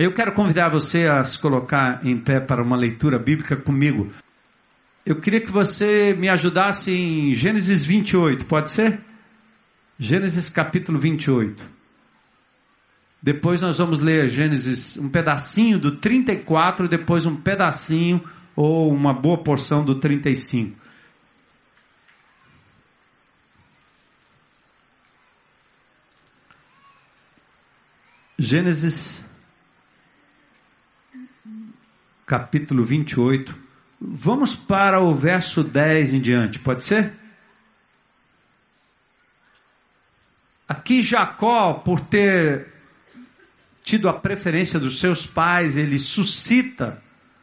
Eu quero convidar você a se colocar em pé para uma leitura bíblica comigo. Eu queria que você me ajudasse em Gênesis 28, pode ser? Gênesis capítulo 28. Depois nós vamos ler Gênesis, um pedacinho do 34, depois um pedacinho ou uma boa porção do 35. Gênesis capítulo 28. Vamos para o verso 10 em diante, pode ser? Aqui Jacó, por ter tido a preferência dos seus pais, ele suscita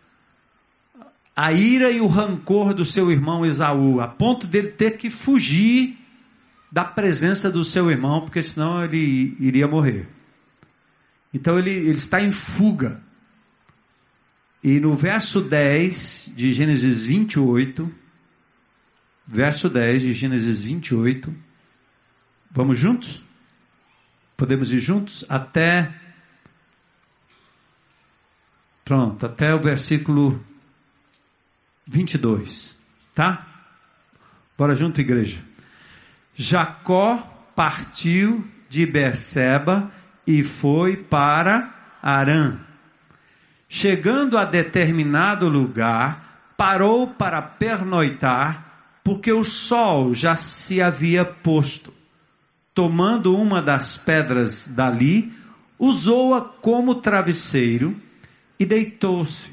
a ira e o rancor do seu irmão Esaú, a ponto dele ter que fugir da presença do seu irmão, porque senão ele iria morrer. Então ele está em fuga. E no verso 10 de Gênesis 28, verso 10 de Gênesis 28, vamos juntos? Podemos ir juntos? Até o versículo 22, tá? Bora junto, igreja. Jacó partiu de Berseba e foi para Harã. Chegando a determinado lugar, parou para pernoitar, porque o sol já se havia posto. Tomando uma das pedras dali, usou-a como travesseiro e deitou-se.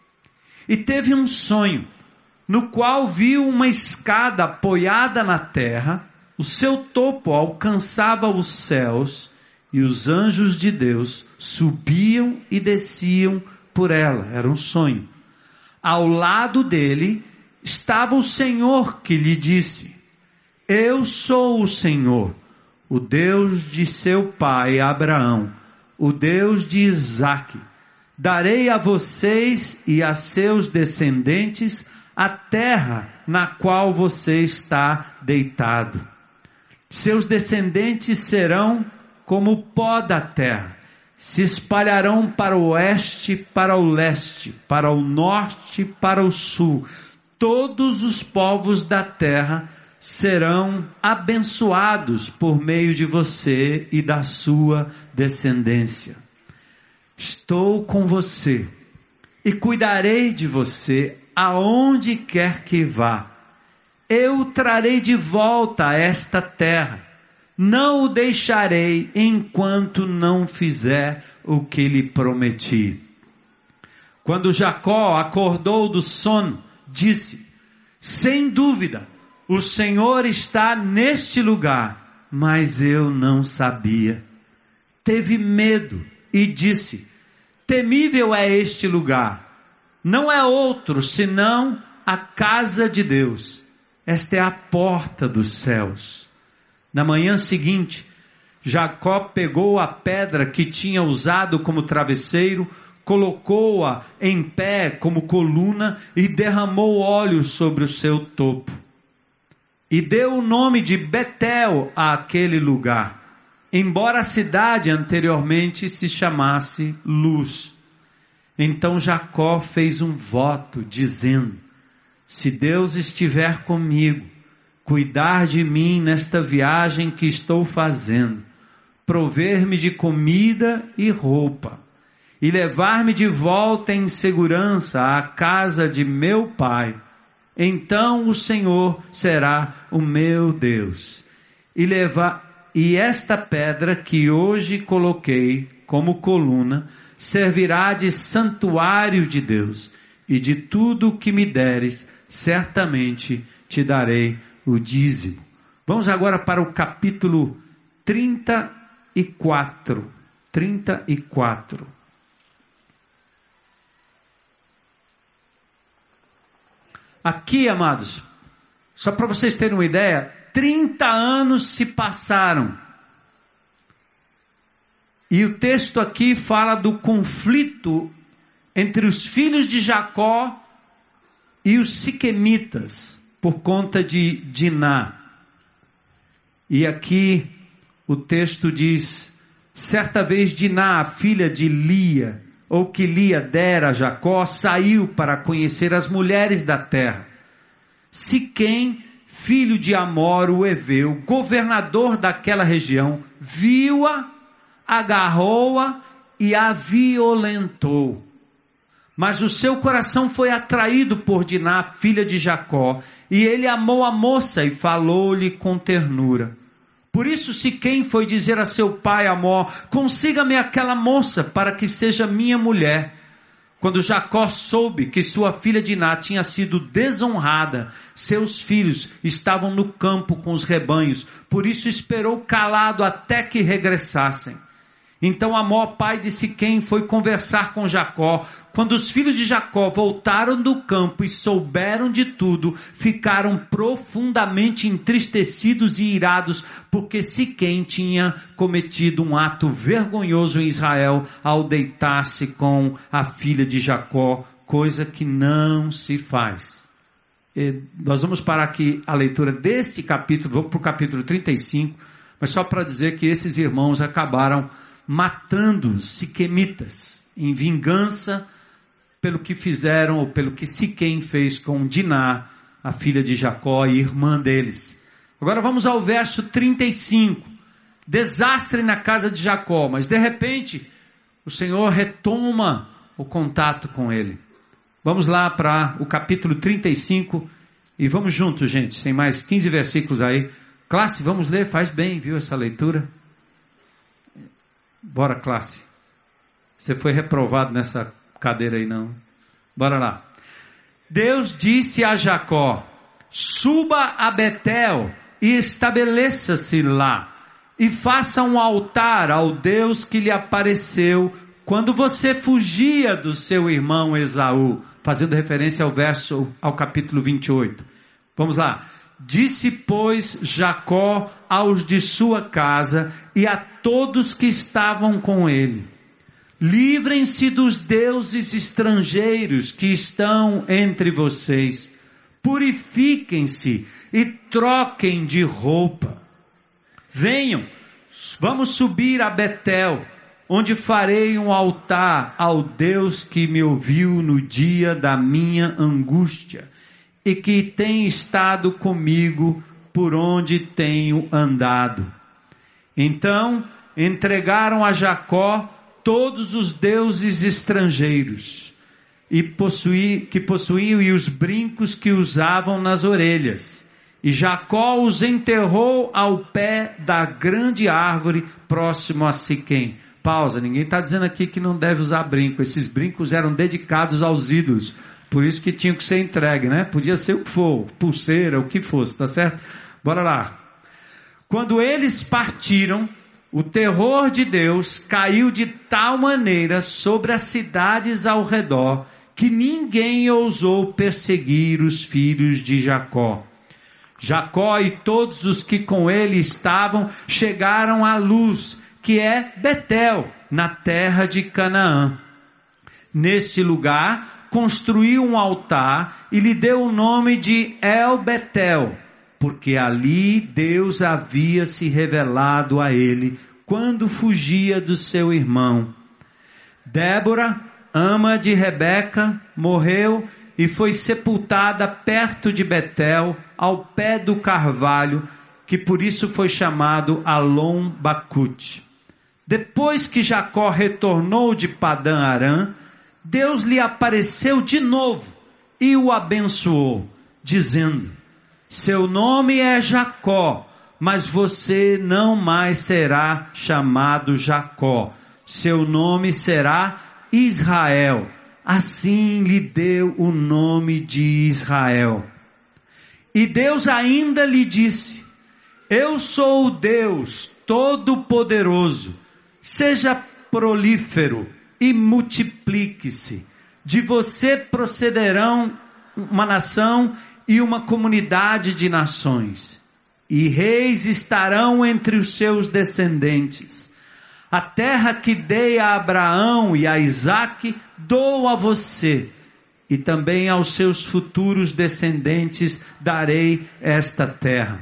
E teve um sonho, no qual viu uma escada apoiada na terra, o seu topo alcançava os céus, e os anjos de Deus subiam e desciam por ela. Era um sonho. Ao lado dele estava o Senhor, que lhe disse: Eu sou o Senhor, o Deus de seu pai Abraão, o Deus de Isaque. Darei a vocês e a seus descendentes a terra na qual você está deitado. Seus descendentes serão como o pó da terra. Se espalharão para o oeste, para o leste, para o norte, para o sul. Todos os povos da terra serão abençoados por meio de você e da sua descendência. Estou com você e cuidarei de você aonde quer que vá. Eu o trarei de volta a esta terra. Não o deixarei enquanto não fizer o que lhe prometi. Quando Jacó acordou do sono, disse: Sem dúvida, o Senhor está neste lugar, mas eu não sabia. Teve medo e disse: Temível é este lugar. Não é outro senão a casa de Deus. Esta é a porta dos céus. Na manhã seguinte, Jacó pegou a pedra que tinha usado como travesseiro, colocou-a em pé como coluna e derramou óleo sobre o seu topo. E deu o nome de Betel àquele lugar, embora a cidade anteriormente se chamasse Luz. Então Jacó fez um voto, dizendo: Se Deus estiver comigo, cuidar de mim nesta viagem que estou fazendo, prover-me de comida e roupa, e levar-me de volta em segurança à casa de meu pai, então o Senhor será o meu Deus. E esta pedra que hoje coloquei como coluna, servirá de santuário de Deus, e de tudo o que me deres, certamente te darei o dízimo. Vamos agora para o capítulo 34. 34. Aqui, amados, só para vocês terem uma ideia, 30 anos se passaram. E o texto aqui fala do conflito entre os filhos de Jacó e os siquemitas, por conta de Diná. E aqui o texto diz: certa vez Diná, a filha de Lia, ou que Lia dera a Jacó, saiu para conhecer as mulheres da terra. Siquém, filho de Amor, o heveu, governador daquela região, viu-a, agarrou-a e a violentou. Mas o seu coração foi atraído por Diná, filha de Jacó, e ele amou a moça e falou-lhe com ternura. Por isso Siquém foi dizer a seu pai Amor: consiga-me aquela moça para que seja minha mulher. Quando Jacó soube que sua filha Diná tinha sido desonrada, seus filhos estavam no campo com os rebanhos, por isso esperou calado até que regressassem. Então Amor, pai de Siquém, foi conversar com Jacó. Quando os filhos de Jacó voltaram do campo e souberam de tudo, ficaram profundamente entristecidos e irados, porque Siquém tinha cometido um ato vergonhoso em Israel ao deitar-se com a filha de Jacó, coisa que não se faz. Nós vamos parar aqui a leitura deste capítulo, vamos para o capítulo 35, mas só para dizer que esses irmãos acabaram matando os siquemitas em vingança pelo que fizeram, ou pelo que Siquém fez com Diná, a filha de Jacó e irmã deles. Agora vamos ao verso 35. Desastre na casa de Jacó, mas de repente o Senhor retoma o contato com ele. Vamos lá para o capítulo 35 e vamos juntos, gente. Tem mais 15 versículos aí. Classe, vamos ler, faz bem, viu, essa leitura? Bora, classe. Você foi reprovado nessa cadeira aí, não? Bora lá. Deus disse a Jacó: suba a Betel e estabeleça-se lá, e faça um altar ao Deus que lhe apareceu quando você fugia do seu irmão Esaú. Fazendo referência ao capítulo 28. Vamos lá. Disse, pois, Jacó aos de sua casa e a todos que estavam com ele: livrem-se dos deuses estrangeiros que estão entre vocês, purifiquem-se e troquem de roupa. Venham, vamos subir a Betel, onde farei um altar ao Deus que me ouviu no dia da minha angústia e que tem estado comigo por onde tenho andado. Então entregaram a Jacó todos os deuses estrangeiros que possuíam e os brincos que usavam nas orelhas. E Jacó os enterrou ao pé da grande árvore próximo a Siquém. Pausa, ninguém está dizendo aqui que não deve usar brinco. Esses brincos eram dedicados aos ídolos. Por isso que tinham que ser entregue, né? Podia ser o que for, pulseira, o que fosse, tá certo? Bora lá. Quando eles partiram, o terror de Deus caiu de tal maneira sobre as cidades ao redor, que ninguém ousou perseguir os filhos de Jacó. Jacó e todos os que com ele estavam chegaram à Luz, que é Betel, na terra de Canaã. Nesse lugar construiu um altar e lhe deu o nome de El Betel, porque ali Deus havia se revelado a ele quando fugia do seu irmão. Débora, ama de Rebeca, morreu e foi sepultada perto de Betel, ao pé do carvalho, que por isso foi chamado Alon Bacute. Depois que Jacó retornou de Padã Arã, Deus lhe apareceu de novo e o abençoou, dizendo: seu nome é Jacó, mas você não mais será chamado Jacó, seu nome será Israel. Assim lhe deu o nome de Israel. E Deus ainda lhe disse: eu sou o Deus Todo-Poderoso, seja prolífero e multiplique-se. De você procederão uma nação e uma comunidade de nações, e reis estarão entre os seus descendentes. A terra que dei a Abraão e a Isaque dou a você, e também aos seus futuros descendentes darei esta terra.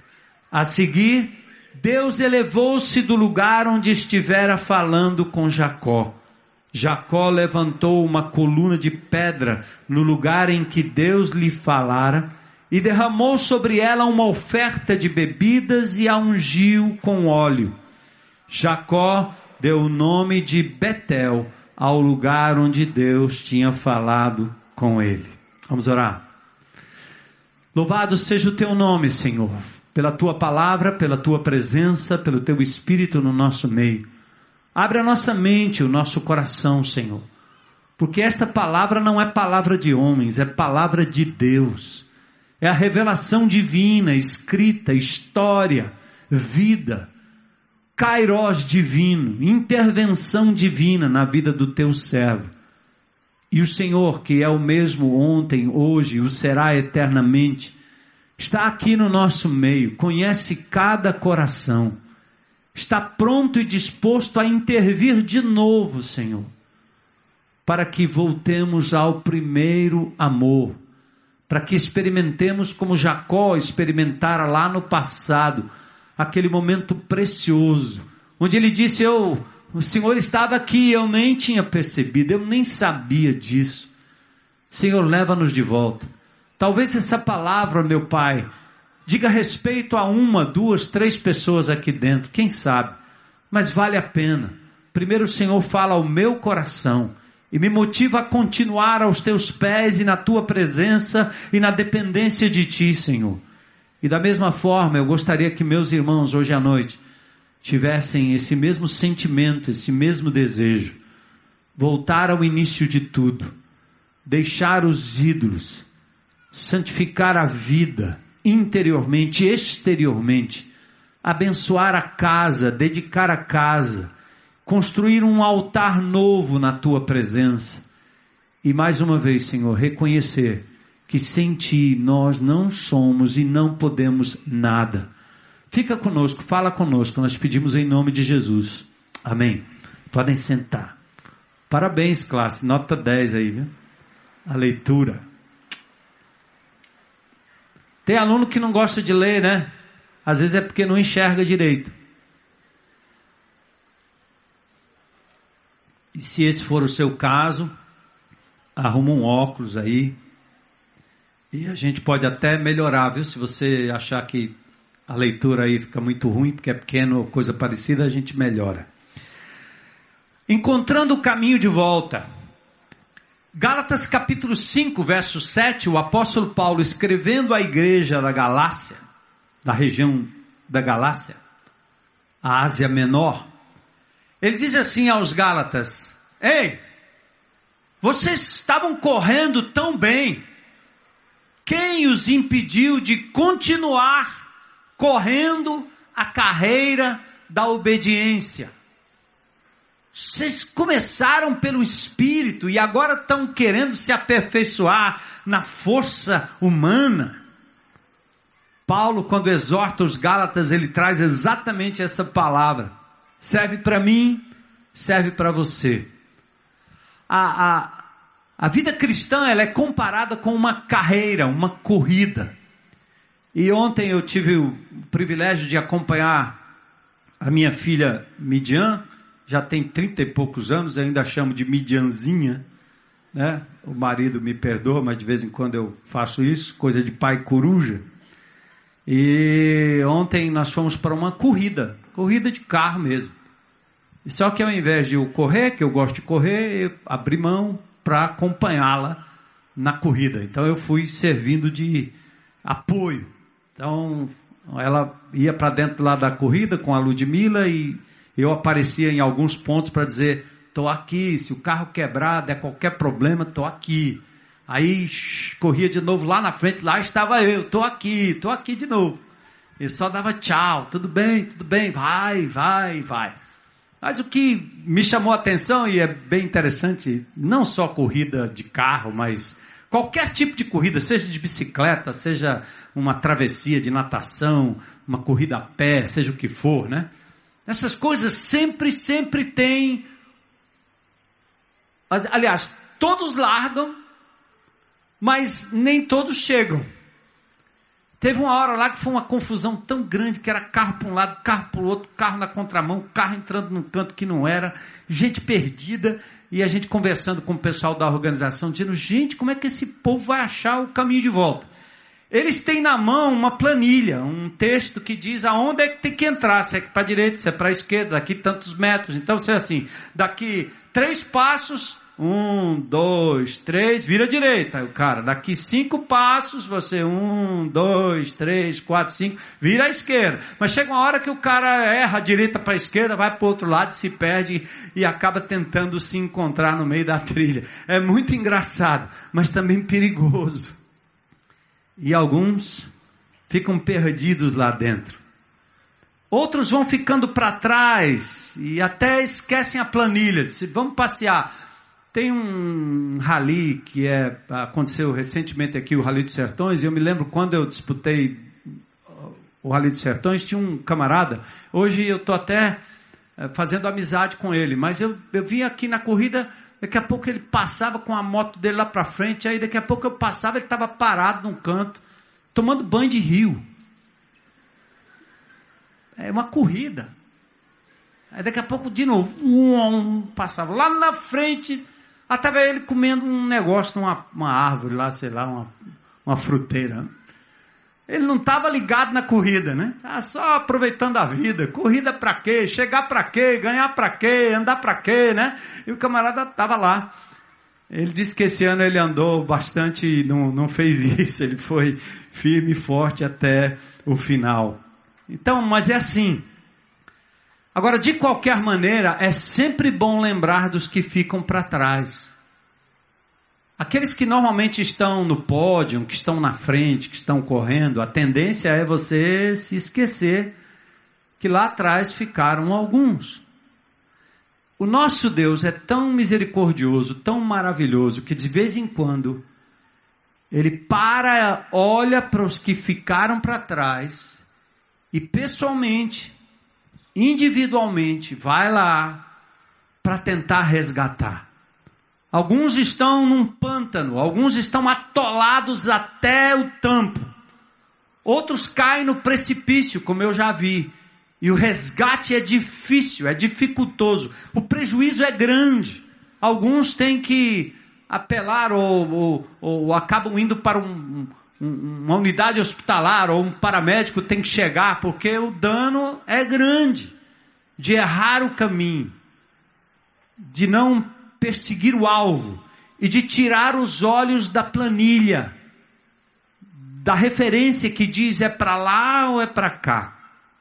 A seguir, Deus elevou-se do lugar onde estivera falando com Jacó. Jacó levantou uma coluna de pedra no lugar em que Deus lhe falara e derramou sobre ela uma oferta de bebidas e a ungiu com óleo. Jacó deu o nome de Betel ao lugar onde Deus tinha falado com ele. Vamos orar. Louvado seja o teu nome, Senhor, pela tua palavra, pela tua presença, pelo teu Espírito no nosso meio. Abre a nossa mente, o nosso coração, Senhor, porque esta palavra não é palavra de homens, é palavra de Deus. É a revelação divina, escrita, história, vida, kairós divino, intervenção divina na vida do teu servo. E o Senhor, que é o mesmo ontem, hoje, o será eternamente, está aqui no nosso meio, conhece cada coração, está pronto e disposto a intervir de novo, Senhor, para que voltemos ao primeiro amor, para que experimentemos como Jacó experimentara lá no passado, aquele momento precioso, onde ele disse, o Senhor estava aqui, eu nem tinha percebido, eu nem sabia disso. Senhor, leva-nos de volta. Talvez essa palavra, meu Pai, diga respeito a 1, 2, 3 pessoas aqui dentro, quem sabe, mas vale a pena. Primeiro o Senhor fala ao meu coração e me motiva a continuar aos teus pés e na tua presença e na dependência de ti, Senhor. E da mesma forma eu gostaria que meus irmãos hoje à noite tivessem esse mesmo sentimento, esse mesmo desejo, voltar ao início de tudo, deixar os ídolos, santificar a vida, interiormente, exteriormente, abençoar a casa, dedicar a casa, construir um altar novo na tua presença, e mais uma vez, Senhor, reconhecer que sem ti nós não somos e não podemos nada. Fica conosco, fala conosco, nós pedimos em nome de Jesus. Amém. Podem sentar. Parabéns, classe, nota 10 aí, viu? A leitura. Tem aluno que não gosta de ler, né? Às vezes é porque não enxerga direito. E se esse for o seu caso, arruma um óculos aí. E a gente pode até melhorar, viu? Se você achar que a leitura aí fica muito ruim, porque é pequeno ou coisa parecida, a gente melhora. Encontrando o caminho de volta. Gálatas capítulo 5, verso 7, o apóstolo Paulo escrevendo à igreja da Galácia, da região da Galácia, a Ásia Menor, ele diz assim aos Gálatas: ei, vocês estavam correndo tão bem, quem os impediu de continuar correndo a carreira da obediência? Vocês começaram pelo Espírito e agora estão querendo se aperfeiçoar na força humana. Paulo, quando exorta os Gálatas, ele traz exatamente essa palavra. Serve para mim, serve para você. A vida cristã, ela é comparada com uma carreira, uma corrida. E ontem eu tive o privilégio de acompanhar a minha filha Midian, já tem 30 e poucos anos, eu ainda chamo de Midianzinha, né? O marido me perdoa, mas de vez em quando eu faço isso, coisa de pai coruja. E ontem nós fomos para uma corrida de carro mesmo. E só que ao invés de eu correr, que eu gosto de correr, eu abri mão para acompanhá-la na corrida. Então eu fui servindo de apoio. Então ela ia para dentro lá da corrida com a Ludmila e eu aparecia em alguns pontos para dizer: estou aqui, se o carro quebrar, der qualquer problema, estou aqui. Aí corria de novo lá na frente, lá estava eu, estou aqui de novo. Ele só dava tchau, tudo bem, vai. Mas o que me chamou a atenção, e é bem interessante, não só corrida de carro, mas qualquer tipo de corrida, seja de bicicleta, seja uma travessia de natação, uma corrida a pé, seja o que for, né? Essas coisas sempre tem. Aliás, todos largam, mas nem todos chegam. Teve uma hora lá que foi uma confusão tão grande que era carro para um lado, carro para o outro, carro na contramão, carro entrando num canto que não era, gente perdida, e a gente conversando com o pessoal da organização, dizendo, gente, como é que esse povo vai achar o caminho de volta? Eles têm na mão uma planilha, um texto que diz aonde é que tem que entrar, se é para a direita, se é para a esquerda, daqui tantos metros. Então, se é assim, daqui 3 passos, 1, 2, 3, vira à direita. Aí o cara, daqui 5 passos, você 1, 2, 3, 4, 5, vira à esquerda. Mas chega uma hora que o cara erra a direita para a esquerda, vai para o outro lado, se perde e acaba tentando se encontrar no meio da trilha. É muito engraçado, mas também perigoso. E alguns ficam perdidos lá dentro. Outros vão ficando para trás e até esquecem a planilha. Vamos passear. Tem um rally que aconteceu recentemente aqui, o Rally dos Sertões, e eu me lembro quando eu disputei o Rally dos Sertões, tinha um camarada, hoje eu estou até fazendo amizade com ele, mas eu vim aqui na corrida, daqui a pouco ele passava com a moto dele lá para frente, aí daqui a pouco eu passava, ele estava parado num canto, tomando banho de rio. É uma corrida. Aí daqui a pouco de novo, passava lá na frente, até ele comendo um negócio numa árvore lá, sei lá, uma fruteira. Ele não estava ligado na corrida, né? Estava só aproveitando a vida. Corrida para quê? Chegar para quê? Ganhar para quê? Andar para quê, né? E o camarada estava lá. Ele disse que esse ano ele andou bastante e não fez isso. Ele foi firme e forte até o final. Então, mas é assim. Agora, de qualquer maneira, é sempre bom lembrar dos que ficam para trás. Aqueles que normalmente estão no pódio, que estão na frente, que estão correndo, a tendência é você se esquecer que lá atrás ficaram alguns. O nosso Deus é tão misericordioso, tão maravilhoso, que de vez em quando Ele olha para os que ficaram para trás e pessoalmente, individualmente, vai lá para tentar resgatar. Alguns estão num pântano, alguns estão atolados até o tampo. Outros caem no precipício, como eu já vi. E o resgate é difícil, é dificultoso. O prejuízo é grande. Alguns têm que apelar ou acabam indo para uma unidade hospitalar ou um paramédico tem que chegar, porque o dano é grande. De errar o caminho, de não perseguir o alvo e de tirar os olhos da planilha, da referência que diz é para lá ou é para cá.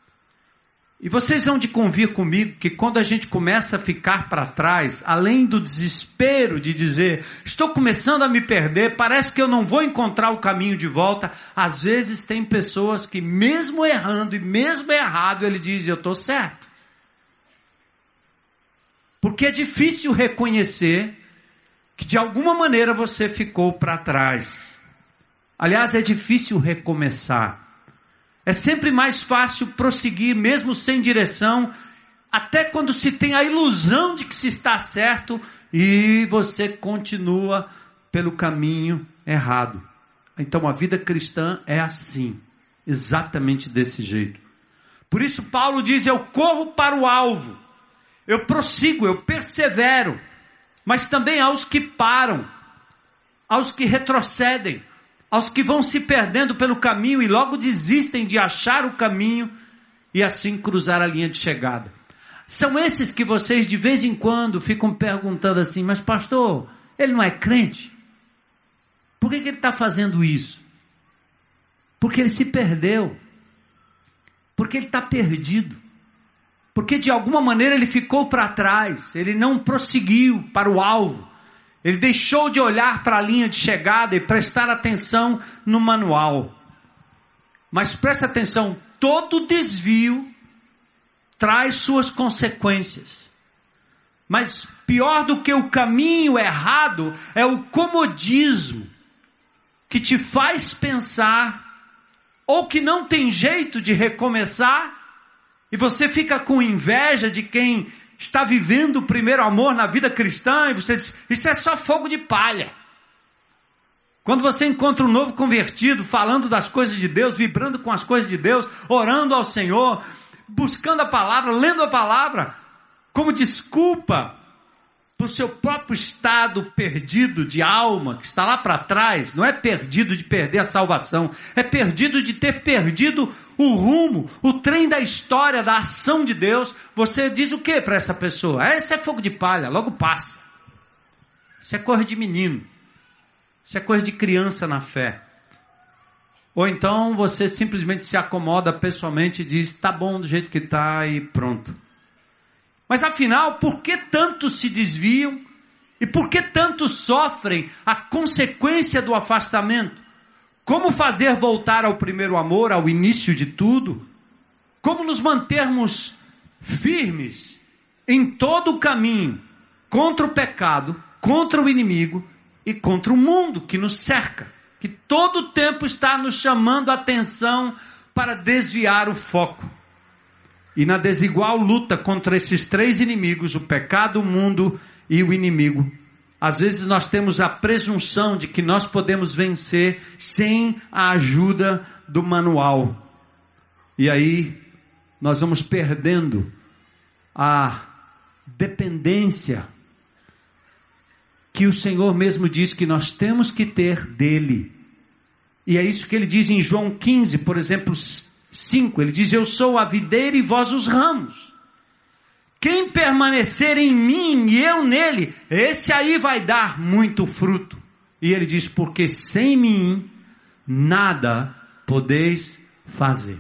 E vocês vão de convir comigo que quando a gente começa a ficar para trás, além do desespero de dizer, estou começando a me perder, parece que eu não vou encontrar o caminho de volta, às vezes tem pessoas que mesmo errando e mesmo errado, ele diz, eu estou certo. Porque é difícil reconhecer que de alguma maneira você ficou para trás. Aliás, é difícil recomeçar. É sempre mais fácil prosseguir mesmo sem direção, até quando se tem a ilusão de que se está certo e você continua pelo caminho errado. Então a vida cristã é assim, exatamente desse jeito. Por isso Paulo diz, eu corro para o alvo. Eu prossigo, eu persevero, mas também aos que param, aos que retrocedem, aos que vão se perdendo pelo caminho e logo desistem de achar o caminho e assim cruzar a linha de chegada. São esses que vocês de vez em quando ficam perguntando assim, mas pastor, ele não é crente? Por que ele está fazendo isso? Porque ele se perdeu, porque ele está perdido. Porque de alguma maneira ele ficou para trás, ele não prosseguiu para o alvo, ele deixou de olhar para a linha de chegada e prestar atenção no manual. Mas presta atenção, todo desvio traz suas consequências. Mas pior do que o caminho errado é o comodismo que te faz pensar ou que não tem jeito de recomeçar. E você fica com inveja de quem está vivendo o primeiro amor na vida cristã, e você diz, isso é só fogo de palha. Quando você encontra um novo convertido, falando das coisas de Deus, vibrando com as coisas de Deus, orando ao Senhor, buscando a palavra, lendo a palavra, como desculpa para o seu próprio estado perdido de alma, que está lá para trás, não é perdido de perder a salvação, é perdido de ter perdido o rumo, o trem da história, da ação de Deus. Você diz o que para essa pessoa? Esse é fogo de palha, logo passa. Isso é coisa de menino. Isso é coisa de criança na fé. Ou então você simplesmente se acomoda pessoalmente e diz, tá bom do jeito que está e pronto. Mas afinal, por que tantos se desviam? E por que tantos sofrem a consequência do afastamento? Como fazer voltar ao primeiro amor, ao início de tudo? Como nos mantermos firmes em todo o caminho contra o pecado, contra o inimigo e contra o mundo que nos cerca, que todo o tempo está nos chamando a atenção para desviar o foco. E na desigual luta contra esses três inimigos, o pecado, o mundo e o inimigo, às vezes nós temos a presunção de que nós podemos vencer sem a ajuda do manual. E aí nós vamos perdendo a dependência que o Senhor mesmo diz que nós temos que ter dele. E é isso que ele diz em João 15, por exemplo, 5. Ele diz, eu sou a videira e vós os ramos. Quem permanecer em mim e eu nele, esse aí vai dar muito fruto. E ele diz, porque sem mim nada podeis fazer.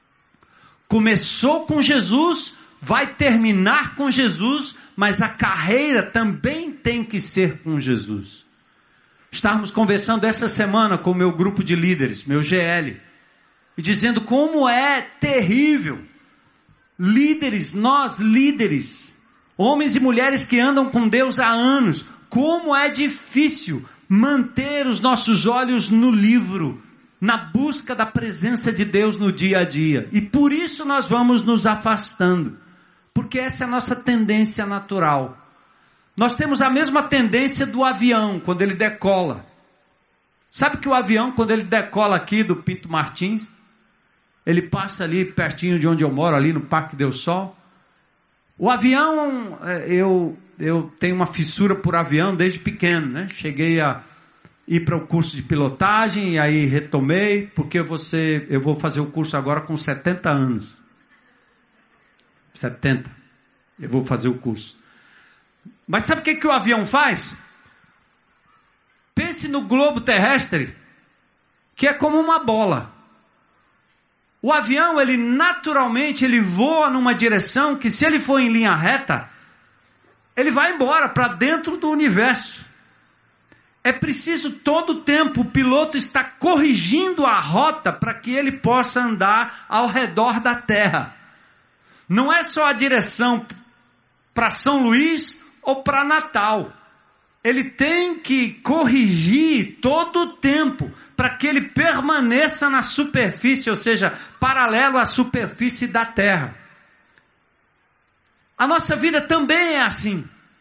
Começou com Jesus, vai terminar com Jesus, mas a carreira também tem que ser com Jesus. Estávamos conversando essa semana com o meu grupo de líderes, meu GL, e dizendo como é terrível. Líderes, nós líderes, homens e mulheres que andam com Deus há anos, como é difícil manter os nossos olhos no livro, na busca da presença de Deus no dia a dia. E por isso nós vamos nos afastando. Porque essa é a nossa tendência natural. Nós temos a mesma tendência do avião, quando ele decola. Sabe que o avião, quando ele decola aqui do Pinto Martins, ele passa ali pertinho de onde eu moro, ali no Parque Del Sol. O avião, eu tenho uma fissura por avião desde pequeno, né? Cheguei a ir para o curso de pilotagem, e aí retomei, porque eu vou fazer o curso agora com 70 anos. 70. Eu vou fazer o curso. Mas sabe o que o avião faz? Pense no globo terrestre, que é como uma bola. O avião, ele naturalmente, ele voa numa direção que, se ele for em linha reta, ele vai embora para dentro do universo. É preciso todo o tempo o piloto estar corrigindo a rota para que ele possa andar ao redor da Terra. Não é só a direção para São Luís ou para Natal. Ele tem que corrigir todo o tempo para que ele permaneça na superfície, ou seja, paralelo à superfície da Terra. A nossa vida também é assim.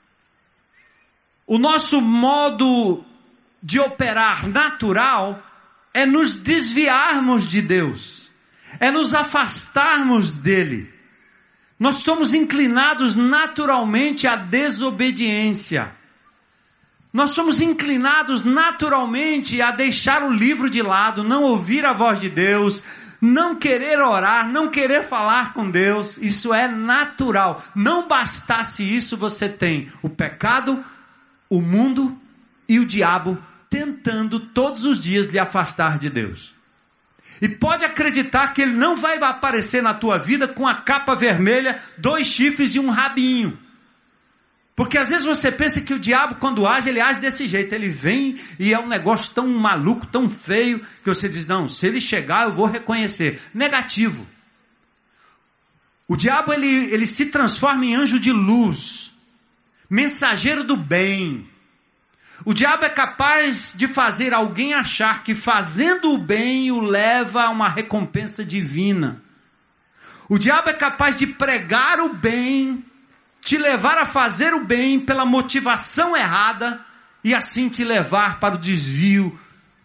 O nosso modo de operar natural é nos desviarmos de Deus, é nos afastarmos dele. Nós estamos inclinados naturalmente à desobediência. Nós somos inclinados naturalmente a deixar o livro de lado, não ouvir a voz de Deus, não querer orar, não querer falar com Deus. Isso é natural. Não bastasse isso, você tem o pecado, o mundo e o diabo tentando todos os dias lhe afastar de Deus. E pode acreditar que ele não vai aparecer na tua vida com a capa vermelha, 2 chifres e um rabinho. Porque às vezes você pensa que o diabo, quando age, ele age desse jeito. Ele vem e é um negócio tão maluco, tão feio, que você diz, não, se ele chegar eu vou reconhecer. Negativo. O diabo, ele se transforma em anjo de luz, mensageiro do bem. O diabo é capaz de fazer alguém achar que fazendo o bem o leva a uma recompensa divina. O diabo é capaz de pregar o bem, te levar a fazer o bem pela motivação errada e assim te levar para o desvio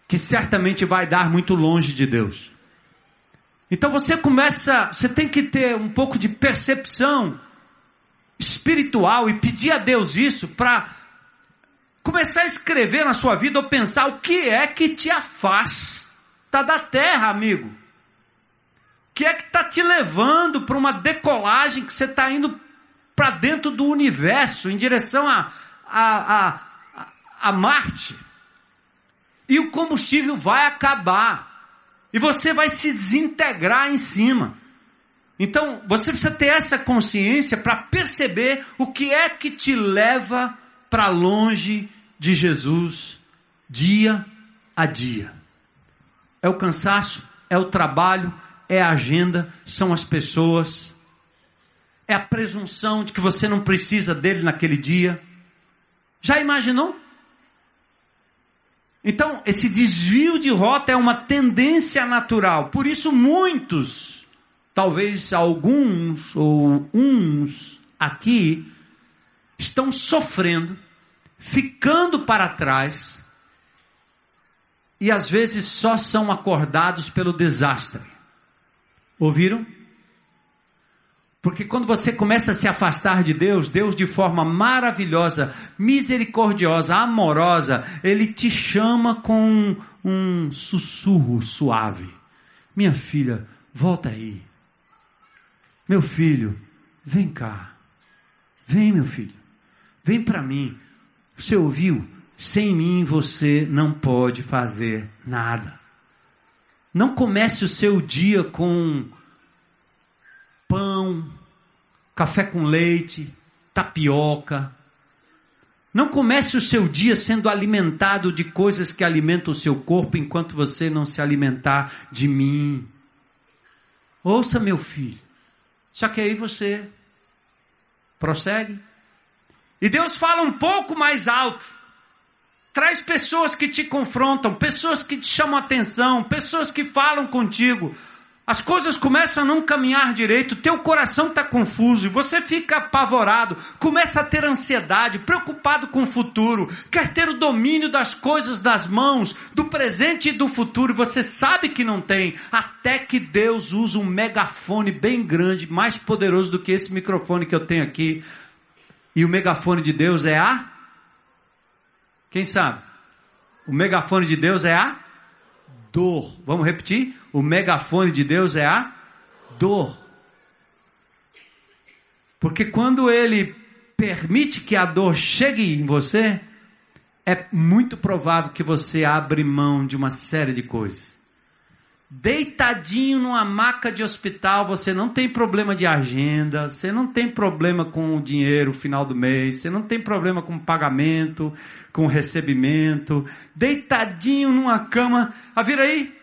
que certamente vai dar muito longe de Deus. Então você tem que ter um pouco de percepção espiritual e pedir a Deus isso para começar a escrever na sua vida ou pensar o que é que te afasta da terra, amigo. O que é que está te levando para uma decolagem que você está indo para dentro do universo, em direção a Marte. E o combustível vai acabar. E você vai se desintegrar em cima. Então, você precisa ter essa consciência para perceber o que é que te leva para longe de Jesus, dia a dia. É o cansaço, é o trabalho, é a agenda, são as pessoas, é a presunção de que você não precisa dele naquele dia. Já imaginou? Então, esse desvio de rota é uma tendência natural. Por isso, muitos, talvez alguns ou uns aqui, estão sofrendo, ficando para trás, e às vezes só são acordados pelo desastre. Ouviram? Porque quando você começa a se afastar de Deus, Deus de forma maravilhosa, misericordiosa, amorosa, Ele te chama com um sussurro suave. Minha filha, volta aí. Meu filho, vem cá. Vem, meu filho. Vem para mim. Você ouviu? Sem mim você não pode fazer nada. Não comece o seu dia com pão, café com leite, tapioca. Não comece o seu dia sendo alimentado de coisas que alimentam o seu corpo, enquanto você não se alimentar de mim. Ouça, meu filho. Só que aí você prossegue. E Deus fala um pouco mais alto. Traz pessoas que te confrontam, pessoas que te chamam a atenção, pessoas que falam contigo. As coisas começam a não caminhar direito, teu coração está confuso, e você fica apavorado, começa a ter ansiedade, preocupado com o futuro, quer ter o domínio das coisas das mãos, do presente e do futuro, e você sabe que não tem, até que Deus usa um megafone bem grande, mais poderoso do que esse microfone que eu tenho aqui, e o megafone de Deus é a... Quem sabe? O megafone de Deus é a dor. Vamos repetir? O megafone de Deus é a dor. Porque quando Ele permite que a dor chegue em você, é muito provável que você abra mão de uma série de coisas. Deitadinho numa maca de hospital, você não tem problema de agenda, você não tem problema com o dinheiro no final do mês, você não tem problema com pagamento, com recebimento, deitadinho numa cama, vira aí,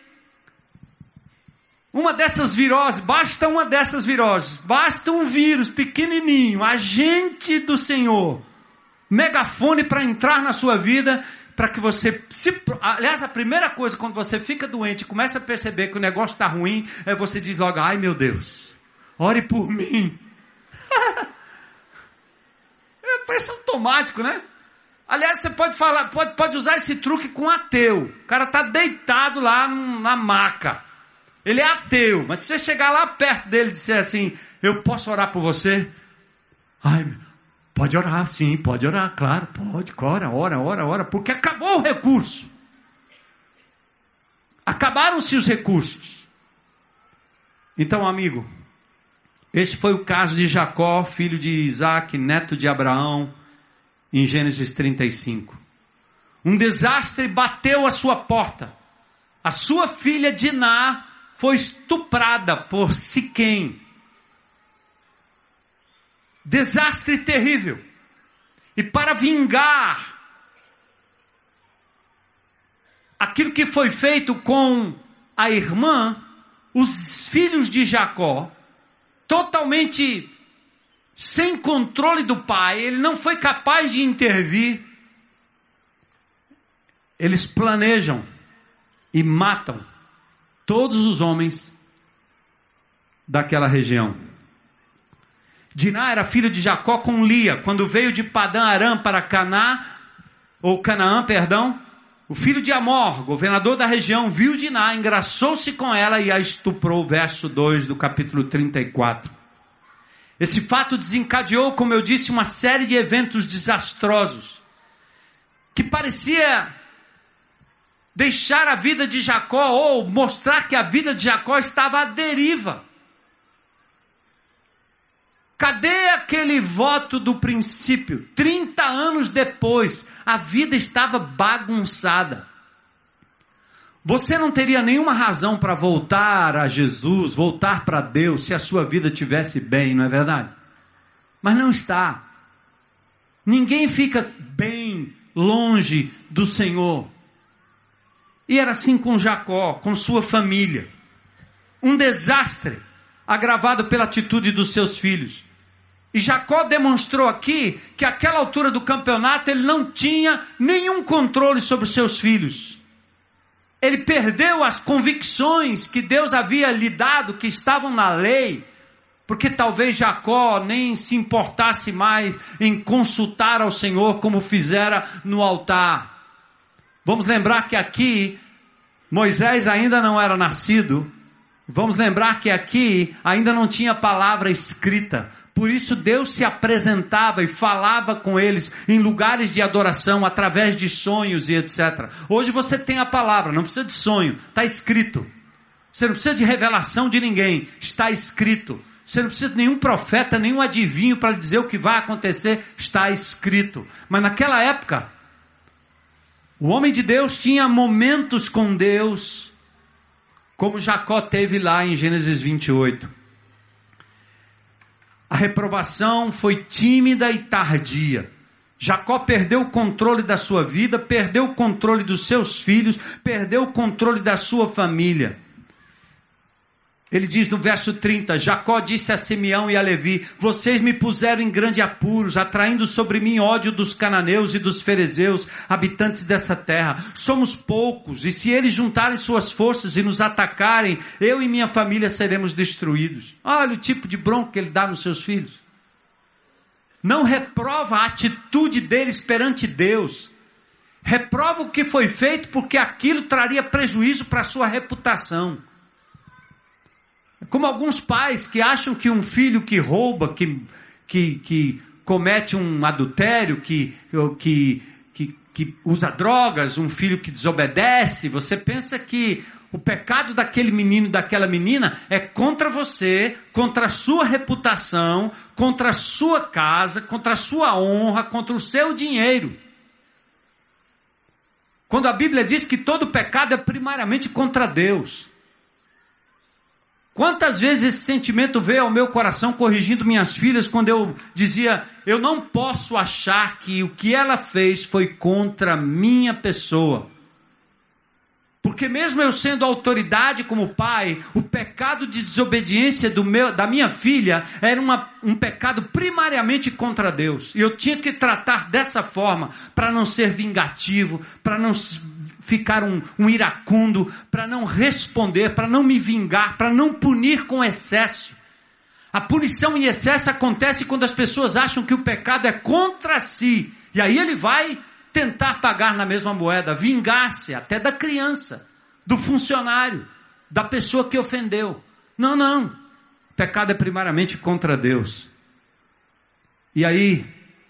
uma dessas viroses, basta um vírus pequenininho, agente do Senhor, megafone para entrar na sua vida, para que você aliás, a primeira coisa quando você fica doente, começa a perceber que o negócio está ruim, você diz logo, ai meu Deus, ore por mim. Parece automático, né? Aliás, você pode falar, pode usar esse truque com ateu. O cara está deitado lá na maca, ele é ateu, mas se você chegar lá perto dele e disser assim, eu posso orar por você? Ai, pode orar, sim, pode orar, claro, pode, ora, porque acabou o recurso. Acabaram-se os recursos. Então, amigo, esse foi o caso de Jacó, filho de Isaac, neto de Abraão, em Gênesis 35. Um desastre bateu à sua porta. A sua filha Diná foi estuprada por Siquém. Desastre terrível. E para vingar aquilo que foi feito com a irmã, os filhos de Jacó, totalmente sem controle do pai, ele não foi capaz de intervir, eles planejam e matam todos os homens daquela região. Diná era filho de Jacó com Lia. Quando veio de Padã Arã para Canaã, O filho de Amor, governador da região, viu Diná, engraçou-se com ela e a estuprou. Verso 2 do capítulo 34. Esse fato desencadeou, como eu disse, uma série de eventos desastrosos, que parecia deixar a vida de Jacó, ou mostrar que a vida de Jacó estava à deriva. Cadê aquele voto do princípio? 30 anos depois, a vida estava bagunçada. Você não teria nenhuma razão para voltar a Jesus, voltar para Deus, se a sua vida estivesse bem, não é verdade? Mas não está. Ninguém fica bem longe do Senhor. E era assim com Jacó, com sua família. Um desastre agravado pela atitude dos seus filhos. E Jacó demonstrou aqui que àquela altura do campeonato ele não tinha nenhum controle sobre os seus filhos. Ele perdeu as convicções que Deus havia lhe dado, que estavam na lei, porque talvez Jacó nem se importasse mais em consultar ao Senhor como fizera no altar. Vamos lembrar que aqui Moisés ainda não era nascido. Vamos lembrar que aqui ainda não tinha palavra escrita. Por isso Deus se apresentava e falava com eles em lugares de adoração, através de sonhos e etc. Hoje você tem a palavra, não precisa de sonho, está escrito. Você não precisa de revelação de ninguém, está escrito. Você não precisa de nenhum profeta, nenhum adivinho para dizer o que vai acontecer, está escrito. Mas naquela época, o homem de Deus tinha momentos com Deus, como Jacó teve lá em Gênesis 28. A reprovação foi tímida e tardia. Jacó perdeu o controle da sua vida, perdeu o controle dos seus filhos, perdeu o controle da sua família. Ele diz no verso 30, Jacó disse a Simeão e a Levi, vocês me puseram em grandes apuros, atraindo sobre mim ódio dos cananeus e dos ferezeus, habitantes dessa terra. Somos poucos, e se eles juntarem suas forças e nos atacarem, eu e minha família seremos destruídos. Olha o tipo de bronca que ele dá nos seus filhos. Não reprova a atitude deles perante Deus. Reprova o que foi feito, porque aquilo traria prejuízo para a sua reputação. Como alguns pais que acham que um filho que rouba, que comete um adultério, que usa drogas, um filho que desobedece, você pensa que o pecado daquele menino e daquela menina é contra você, contra a sua reputação, contra a sua casa, contra a sua honra, contra o seu dinheiro. Quando a Bíblia diz que todo pecado é primariamente contra Deus. Quantas vezes esse sentimento veio ao meu coração corrigindo minhas filhas quando eu dizia, eu não posso achar que o que ela fez foi contra minha pessoa. Porque mesmo eu sendo autoridade como pai, o pecado de desobediência da minha filha era um pecado primariamente contra Deus. E eu tinha que tratar dessa forma para não ser vingativo, para não ficar um iracundo, para não responder, para não me vingar, para não punir com excesso. A punição em excesso acontece quando as pessoas acham que o pecado é contra si. E aí ele vai tentar pagar na mesma moeda, vingar-se até da criança, do funcionário, da pessoa que ofendeu. Não, não. O pecado é primariamente contra Deus. E aí,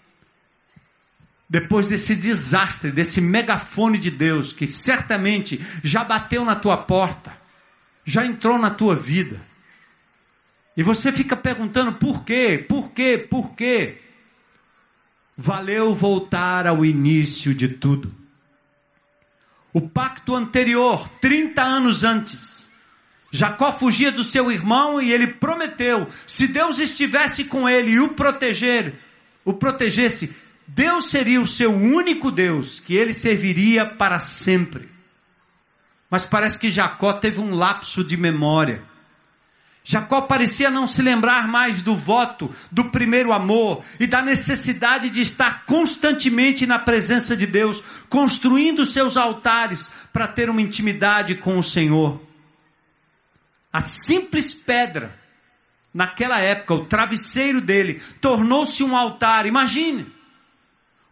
depois desse desastre, desse megafone de Deus, que certamente já bateu na tua porta, já entrou na tua vida, e você fica perguntando por quê, por quê, por quê? Valeu voltar ao início de tudo. O pacto anterior, 30 anos antes, Jacó fugia do seu irmão e ele prometeu, se Deus estivesse com ele e o protegesse, Deus seria o seu único Deus, que ele serviria para sempre. Mas parece que Jacó teve um lapso de memória. Jacó parecia não se lembrar mais do voto, do primeiro amor e da necessidade de estar constantemente na presença de Deus, construindo seus altares para ter uma intimidade com o Senhor. A simples pedra, naquela época, o travesseiro dele, tornou-se um altar. Imagine,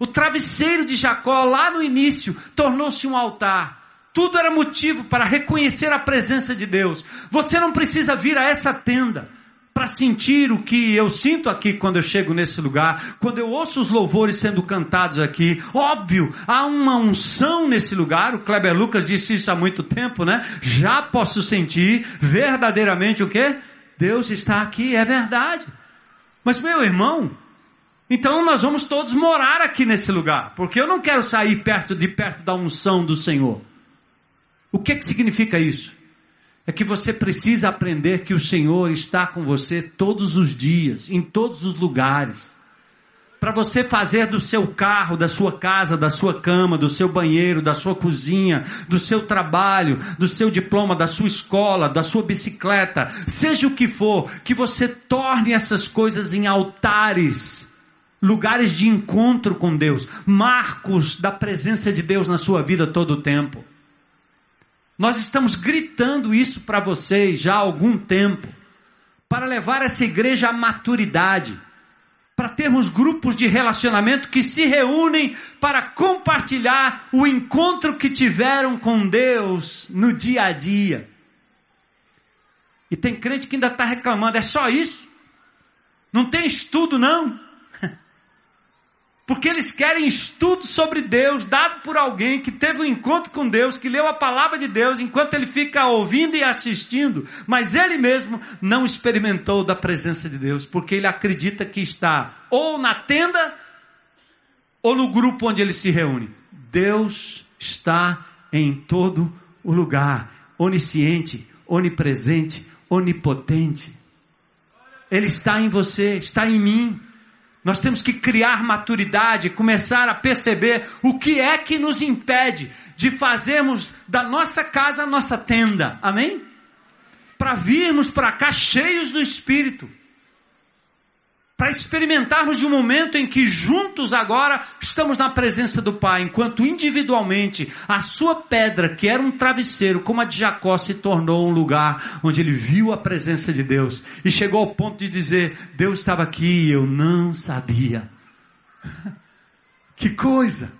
O travesseiro de Jacó, lá no início, tornou-se um altar. Tudo era motivo para reconhecer a presença de Deus. Você não precisa vir a essa tenda para sentir o que eu sinto aqui quando eu chego nesse lugar, quando eu ouço os louvores sendo cantados aqui. Óbvio, há uma unção nesse lugar. O Kleber Lucas disse isso há muito tempo, né? Já posso sentir verdadeiramente o quê? Deus está aqui, é verdade. Mas meu irmão, então nós vamos todos morar aqui nesse lugar, porque eu não quero sair perto da unção do Senhor. O que significa isso? É que você precisa aprender que o Senhor está com você todos os dias, em todos os lugares. Para você fazer do seu carro, da sua casa, da sua cama, do seu banheiro, da sua cozinha, do seu trabalho, do seu diploma, da sua escola, da sua bicicleta, seja o que for, que você torne essas coisas em altares, lugares de encontro com Deus, marcos da presença de Deus na sua vida todo o tempo. Nós estamos gritando isso para vocês já há algum tempo, para levar essa igreja à maturidade, para termos grupos de relacionamento que se reúnem para compartilhar o encontro que tiveram com Deus no dia a dia. E tem crente que ainda está reclamando, é só isso? Não tem estudo não? Porque eles querem estudo sobre Deus, dado por alguém que teve um encontro com Deus, que leu a palavra de Deus, enquanto ele fica ouvindo e assistindo, mas ele mesmo não experimentou da presença de Deus, porque ele acredita que está ou na tenda, ou no grupo onde ele se reúne. Deus está em todo o lugar, onisciente, onipresente, onipotente. Ele está em você, está em mim. Nós temos que criar maturidade, começar a perceber o que é que nos impede de fazermos da nossa casa a nossa tenda. Amém? Para virmos para cá cheios do Espírito. Para experimentarmos de um momento em que juntos agora estamos na presença do Pai, enquanto individualmente a sua pedra, que era um travesseiro, como a de Jacó, se tornou um lugar onde ele viu a presença de Deus e chegou ao ponto de dizer: Deus estava aqui e eu não sabia. Que coisa!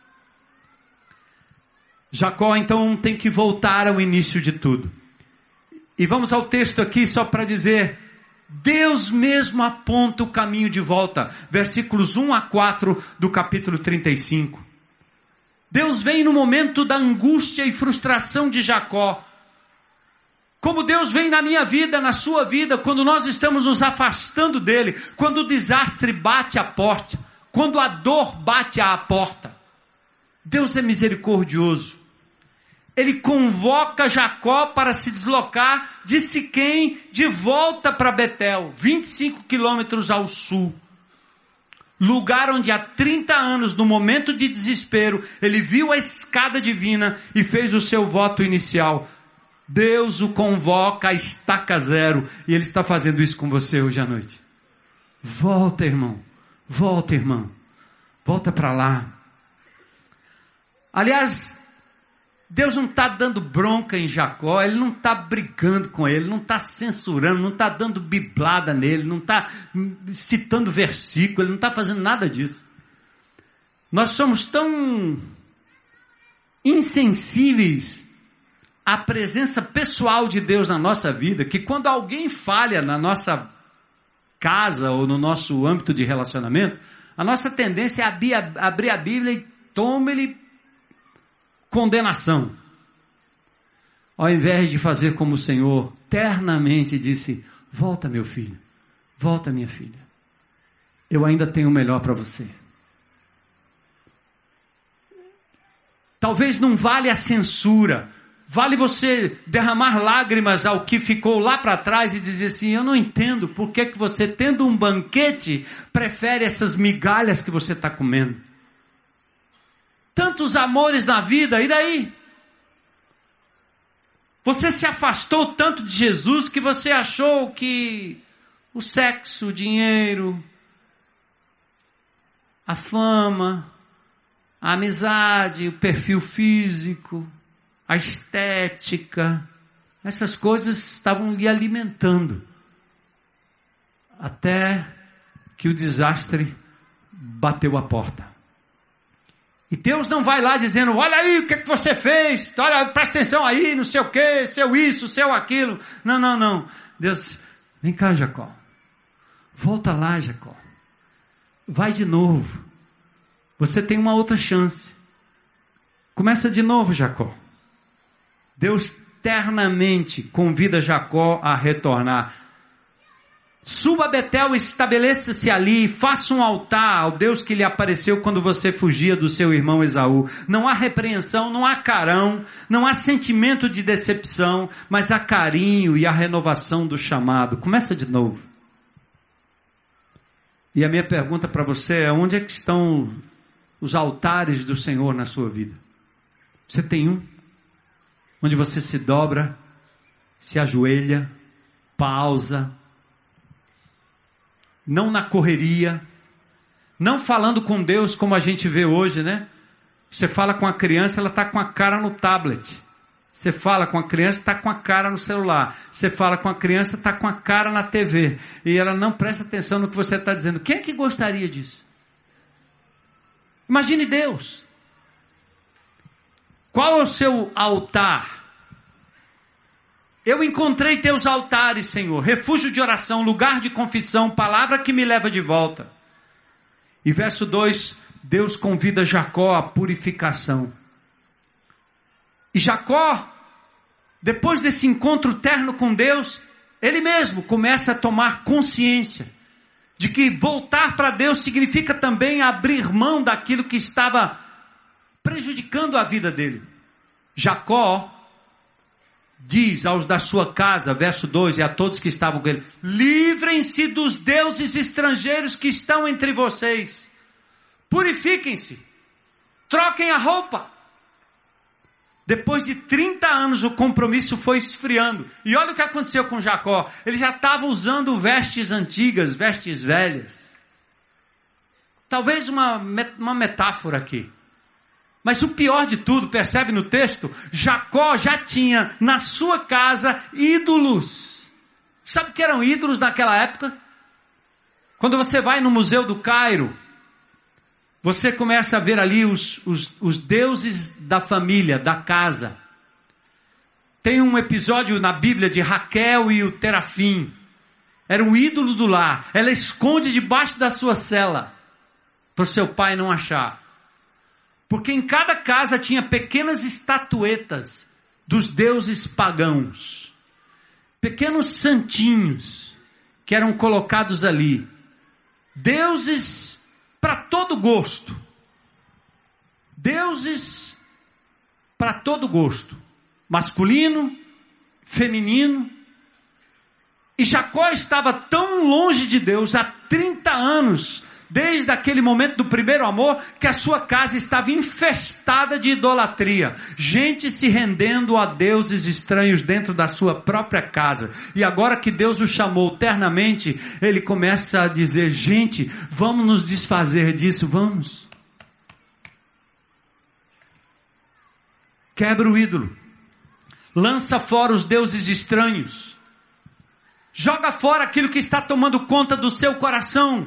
Jacó então tem que voltar ao início de tudo. E vamos ao texto aqui só para dizer: Deus mesmo aponta o caminho de volta. Versículos 1 a 4 do capítulo 35. Deus vem no momento da angústia e frustração de Jacó. Como Deus vem na minha vida, na sua vida, quando nós estamos nos afastando dele, quando o desastre bate à porta, quando a dor bate à porta. Deus é misericordioso. Ele convoca Jacó para se deslocar de Siquém de volta para Betel, 25 quilômetros ao sul. Lugar onde há 30 anos, no momento de desespero, ele viu a escada divina e fez o seu voto inicial. Deus o convoca a estaca zero e ele está fazendo isso com você hoje à noite. Volta, irmão. Volta, irmã. Volta para lá. Aliás, Deus não está dando bronca em Jacó, Ele não está brigando com ele, não está censurando, não está dando biblada nele, não está citando versículo, Ele não está fazendo nada disso. Nós somos tão insensíveis à presença pessoal de Deus na nossa vida, que quando alguém falha na nossa casa ou no nosso âmbito de relacionamento, a nossa tendência é abrir a Bíblia e toma-lhe condenação, ao invés de fazer como o Senhor ternamente disse: volta, meu filho, volta, minha filha, eu ainda tenho o melhor para você. Talvez não vale a censura, vale você derramar lágrimas ao que ficou lá para trás e dizer assim: eu não entendo por que você, tendo um banquete, prefere essas migalhas que você está comendo. Tantos amores na vida, e daí? Você se afastou tanto de Jesus que você achou que o sexo, o dinheiro, a fama, a amizade, o perfil físico, a estética, essas coisas estavam lhe alimentando. Até que o desastre bateu a porta. E Deus não vai lá dizendo, olha aí o que você fez, olha, presta atenção aí, não sei o que, seu isso, seu aquilo. Não, não, não. Deus, vem cá, Jacó. Volta lá, Jacó. Vai de novo. Você tem uma outra chance. Começa de novo, Jacó. Deus eternamente convida Jacó a retornar. Suba a Betel, estabeleça-se ali, faça um altar ao Deus que lhe apareceu quando você fugia do seu irmão Esaú. Não há repreensão, não há carão, não há sentimento de decepção, mas há carinho e a renovação do chamado. Começa de novo. E a minha pergunta para você é, onde é que estão os altares do Senhor na sua vida? Você tem um? Onde você se dobra, se ajoelha, pausa, não na correria, não falando com Deus como a gente vê hoje, né? Você fala com a criança, ela está com a cara no tablet. Você fala com a criança, está com a cara no celular. Você fala com a criança, está com a cara na TV. E ela não presta atenção no que você está dizendo. Quem é que gostaria disso? Imagine Deus. Qual é o seu altar? Eu encontrei teus altares, Senhor, refúgio de oração, lugar de confissão, palavra que me leva de volta. E verso 2, Deus convida Jacó à purificação. E Jacó, depois desse encontro terno com Deus, ele mesmo começa a tomar consciência de que voltar para Deus significa também abrir mão daquilo que estava prejudicando a vida dele. Jacó diz aos da sua casa, verso 2, e a todos que estavam com ele, livrem-se dos deuses estrangeiros que estão entre vocês, purifiquem-se, troquem a roupa. Depois de 30 anos o compromisso foi esfriando, e olha o que aconteceu com Jacó, ele já estava usando vestes antigas, vestes velhas, talvez uma metáfora aqui. Mas o pior de tudo, percebe no texto, Jacó já tinha na sua casa ídolos. Sabe o que eram ídolos naquela época? Quando você vai no Museu do Cairo, você começa a ver ali os deuses da família, da casa. Tem um episódio na Bíblia de Raquel e o Terafim. Era um ídolo do lar. Ela esconde debaixo da sua cela, para o seu pai não achar. Porque em cada casa tinha pequenas estatuetas dos deuses pagãos. Pequenos santinhos que eram colocados ali. Deuses para todo gosto. Deuses para todo gosto. Masculino, feminino. E Jacó estava tão longe de Deus há 30 anos, desde aquele momento do primeiro amor, que a sua casa estava infestada de idolatria. Gente se rendendo a deuses estranhos dentro da sua própria casa. E agora que Deus o chamou ternamente, ele começa a dizer, gente, vamos nos desfazer disso, vamos. Quebra o ídolo. Lança fora os deuses estranhos. Joga fora aquilo que está tomando conta do seu coração.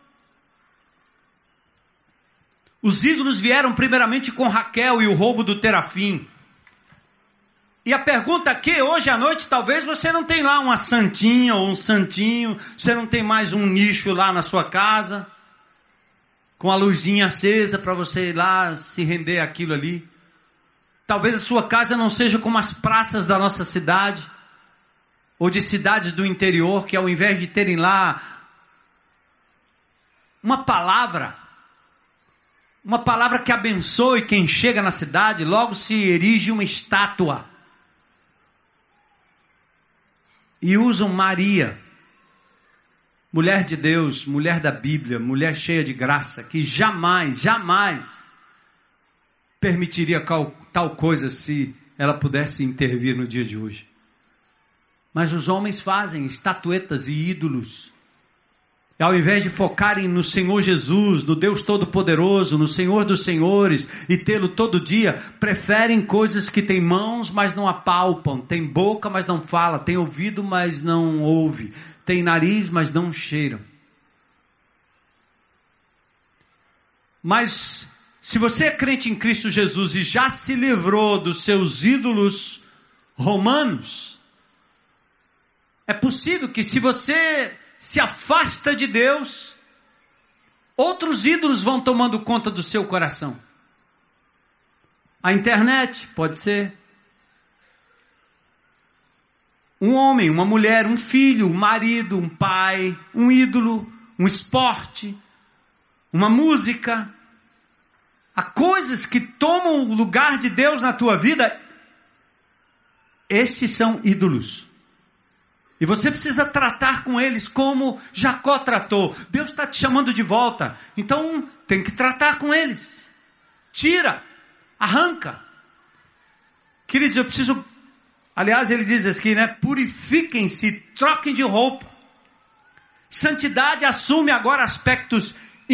Os ídolos vieram primeiramente com Raquel e o roubo do Terafim. E a pergunta aqui, hoje à noite, talvez você não tenha lá uma santinha ou um santinho, você não tem mais um nicho lá na sua casa, com a luzinha acesa para você ir lá se render àquilo ali. Talvez a sua casa não seja como as praças da nossa cidade, ou de cidades do interior, que ao invés de terem lá uma palavra que abençoe quem chega na cidade, logo se erige uma estátua. E usam Maria, mulher de Deus, mulher da Bíblia, mulher cheia de graça, que jamais permitiria tal coisa se ela pudesse intervir no dia de hoje. Mas os homens fazem estatuetas e ídolos. E ao invés de focarem no Senhor Jesus, no Deus Todo-Poderoso, no Senhor dos Senhores, e tê-lo todo dia, preferem coisas que têm mãos, mas não apalpam, têm boca, mas não fala, têm ouvido, mas não ouve, têm nariz, mas não cheiram. Mas Se você é crente em Cristo Jesus e já se livrou dos seus ídolos romanos, é possível que se você se afasta de Deus, outros ídolos vão tomando conta do seu coração. A internet, pode ser. Um homem, uma mulher, um filho, um marido, um pai, um ídolo, um esporte, uma música. Há coisas que tomam o lugar de Deus na tua vida. Estes são ídolos. E você precisa tratar com eles como Jacó tratou. Deus está te chamando de volta. Então tem que tratar com eles. Tira, arranca. Queridos, eu preciso... Aliás, ele diz aqui, né? Purifiquem-se, troquem de roupa. Santidade assume agora aspectos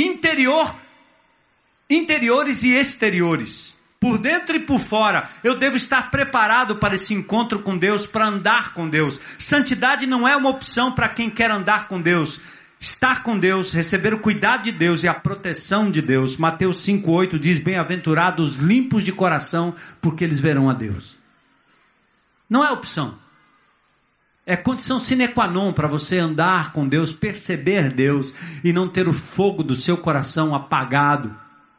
interiores e exteriores. Por dentro e por fora, eu devo estar preparado para esse encontro com Deus, para andar com Deus. Santidade não é uma opção para quem quer andar com Deus. Estar com Deus, receber o cuidado de Deus e a proteção de Deus. Mateus 5,8 diz, bem-aventurados os limpos de coração, porque eles verão a Deus. Não é opção. É condição sine qua non para você andar com Deus, perceber Deus e não ter o fogo do seu coração apagado.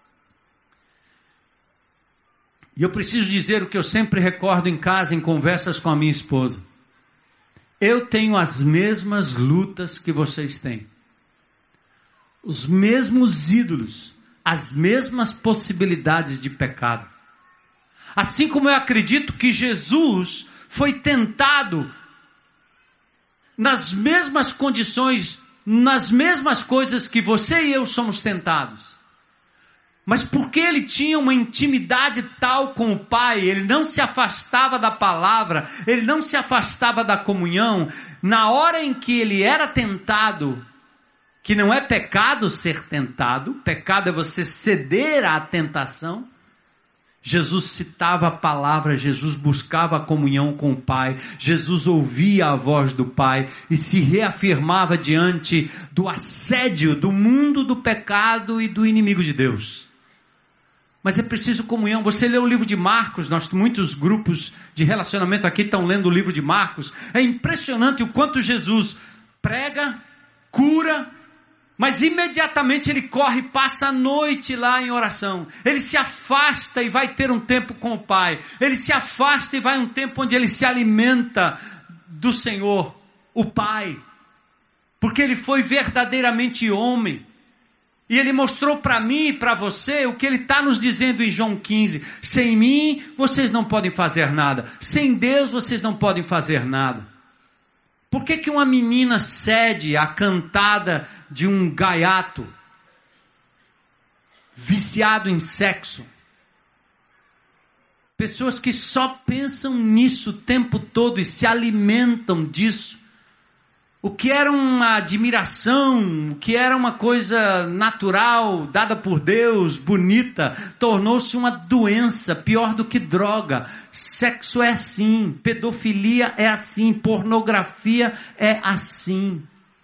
E eu preciso dizer o que eu sempre recordo em casa, em conversas com a minha esposa. Eu tenho as mesmas lutas que vocês têm. Os mesmos ídolos, as mesmas possibilidades de pecado. Assim como eu acredito que Jesus foi tentado nas mesmas condições, nas mesmas coisas que você e eu somos tentados. Mas porque ele tinha uma intimidade tal com o Pai, ele não se afastava da palavra, ele não se afastava da comunhão, na hora em que ele era tentado, que não é pecado ser tentado, pecado é você ceder à tentação, Jesus citava a palavra, Jesus buscava a comunhão com o Pai, Jesus ouvia a voz do Pai e se reafirmava diante do assédio do mundo do pecado e do inimigo de Deus. Mas é preciso comunhão. Você lê o livro de Marcos, muitos grupos de relacionamento aqui estão lendo o livro de Marcos. É impressionante o quanto Jesus prega, cura, mas imediatamente ele corre e passa a noite lá em oração. Ele se afasta e vai ter um tempo com o Pai. Ele se afasta e vai um tempo onde ele se alimenta do Senhor, o Pai. Porque ele foi verdadeiramente homem. E ele mostrou para mim e para você o que ele está nos dizendo em João 15. Sem mim, vocês não podem fazer nada. Sem Deus, vocês não podem fazer nada. Por que uma menina cede à cantada de um gaiato viciado em sexo? Pessoas que só pensam nisso o tempo todo e se alimentam disso. O que era uma admiração, o que era uma coisa natural, dada por Deus, bonita, tornou-se uma doença, pior do que droga. Sexo é assim, pedofilia é assim, pornografia é assim.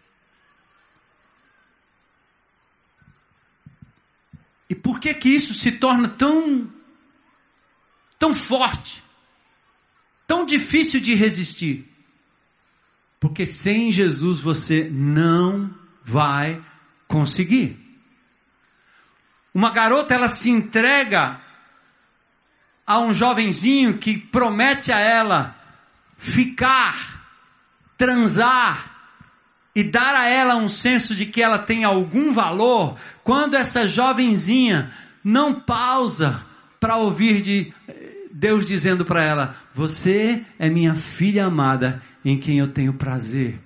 E por que isso se torna tão forte, tão difícil de resistir? Porque sem Jesus você não vai conseguir. Uma garota, ela se entrega a um jovenzinho que promete a ela ficar, transar e dar a ela um senso de que ela tem algum valor, quando essa jovenzinha não pausa para ouvir de Deus dizendo para ela: você é minha filha amada, em quem eu tenho prazer.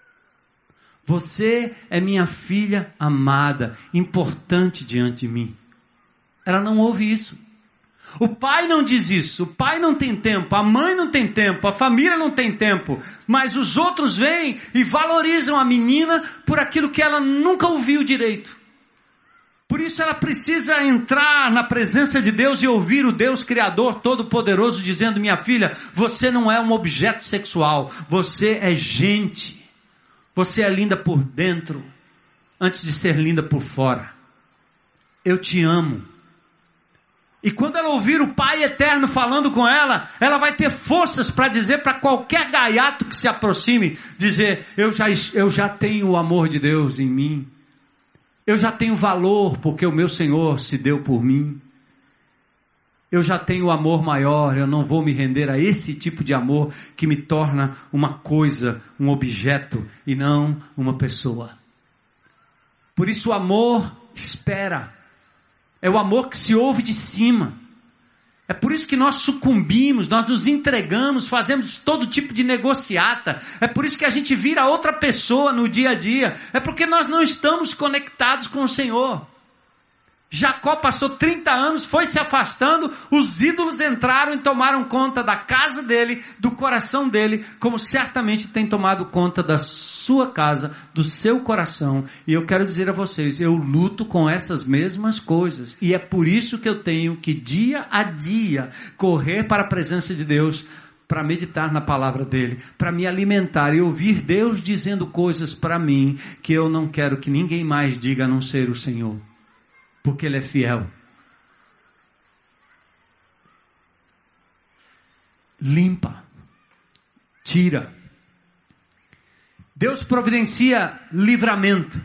Você é minha filha amada, importante diante de mim. Ela não ouve isso. O pai não diz isso. O pai não tem tempo, a mãe não tem tempo, a família não tem tempo. Mas os outros vêm e valorizam a menina por aquilo que ela nunca ouviu direito. Por isso ela precisa entrar na presença de Deus e ouvir o Deus Criador Todo-Poderoso dizendo: minha filha, você não é um objeto sexual, você é gente. Você é linda por dentro, antes de ser linda por fora. Eu te amo. E quando ela ouvir o Pai Eterno falando com ela, ela vai ter forças para dizer para qualquer gaiato que se aproxime, dizer, eu já tenho o amor de Deus em mim. Eu já tenho valor porque o meu Senhor se deu por mim. Eu já tenho amor maior, eu não vou me render a esse tipo de amor que me torna uma coisa, um objeto e não uma pessoa. Por isso o amor espera. É o amor que se ouve de cima. É por isso que nós sucumbimos, nós nos entregamos, fazemos todo tipo de negociata. É por isso que a gente vira outra pessoa no dia a dia. É porque nós não estamos conectados com o Senhor. Jacó passou 30 anos, foi se afastando, os ídolos entraram e tomaram conta da casa dele, do coração dele, como certamente tem tomado conta da sua casa, do seu coração. E eu quero dizer a vocês, eu luto com essas mesmas coisas. E é por isso que eu tenho que dia a dia correr para a presença de Deus, para meditar na palavra dele, para me alimentar e ouvir Deus dizendo coisas para mim que eu não quero que ninguém mais diga a não ser o Senhor. Porque Ele é fiel. Limpa. Tira. Deus providencia livramento.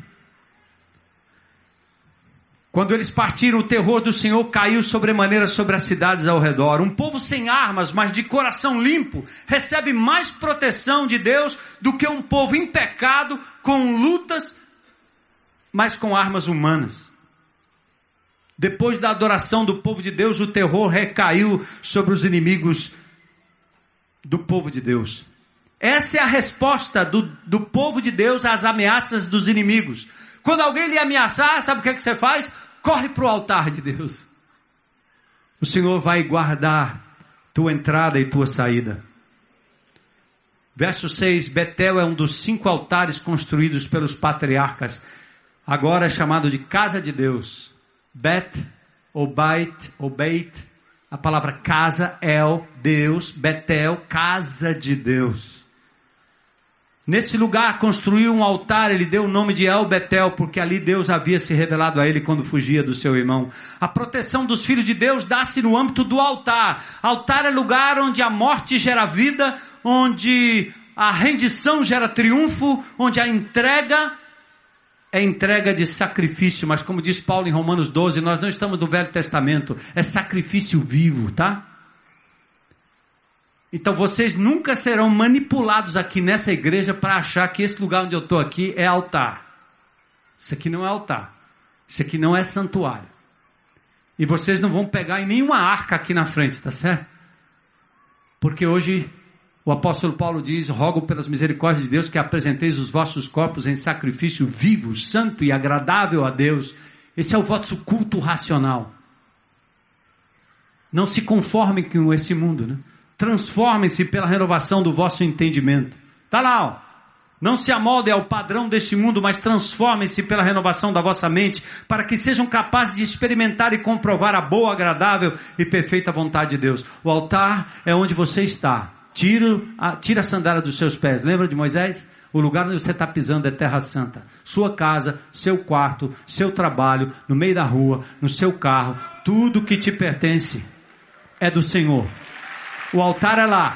Quando eles partiram, o terror do Senhor caiu sobremaneira sobre as cidades ao redor. Um povo sem armas, mas de coração limpo, recebe mais proteção de Deus do que um povo em pecado, com lutas, mas com armas humanas. Depois da adoração do povo de Deus, o terror recaiu sobre os inimigos do povo de Deus. Essa é a resposta do povo de Deus às ameaças dos inimigos. Quando alguém lhe ameaçar, sabe o que você faz? Corre para o altar de Deus. O Senhor vai guardar tua entrada e tua saída. Verso 6, Betel é um dos 5 altares construídos pelos patriarcas, agora chamado de casa de Deus. Bet, ou Beit, a palavra casa, El, Deus, Betel, casa de Deus. Nesse lugar construiu um altar, ele deu o nome de El Betel, porque ali Deus havia se revelado a ele quando fugia do seu irmão. A proteção dos filhos de Deus dá-se no âmbito do altar. Altar é lugar onde a morte gera vida, onde a rendição gera triunfo, onde a entrega é entrega de sacrifício, mas como diz Paulo em Romanos 12, nós não estamos no Velho Testamento, é sacrifício vivo, tá? Então vocês nunca serão manipulados aqui nessa igreja para achar que esse lugar onde eu estou aqui é altar. Isso aqui não é altar, isso aqui não é santuário. E vocês não vão pegar em nenhuma arca aqui na frente, tá certo? Porque hoje o apóstolo Paulo diz, rogo pelas misericórdias de Deus que apresenteis os vossos corpos em sacrifício vivo, santo e agradável a Deus. Esse é o vosso culto racional. Não se conformem com esse mundo, né? Transformem-se pela renovação do vosso entendimento. Está lá, ó. Não se amoldem ao padrão deste mundo, mas transformem-se pela renovação da vossa mente, para que sejam capazes de experimentar e comprovar a boa, agradável e perfeita vontade de Deus. O altar é onde você está. Tira a sandália dos seus pés. Lembra de Moisés? O lugar onde você está pisando é terra santa. Sua casa, seu quarto, seu trabalho, no meio da rua, no seu carro, tudo que te pertence é do Senhor. O altar é lá.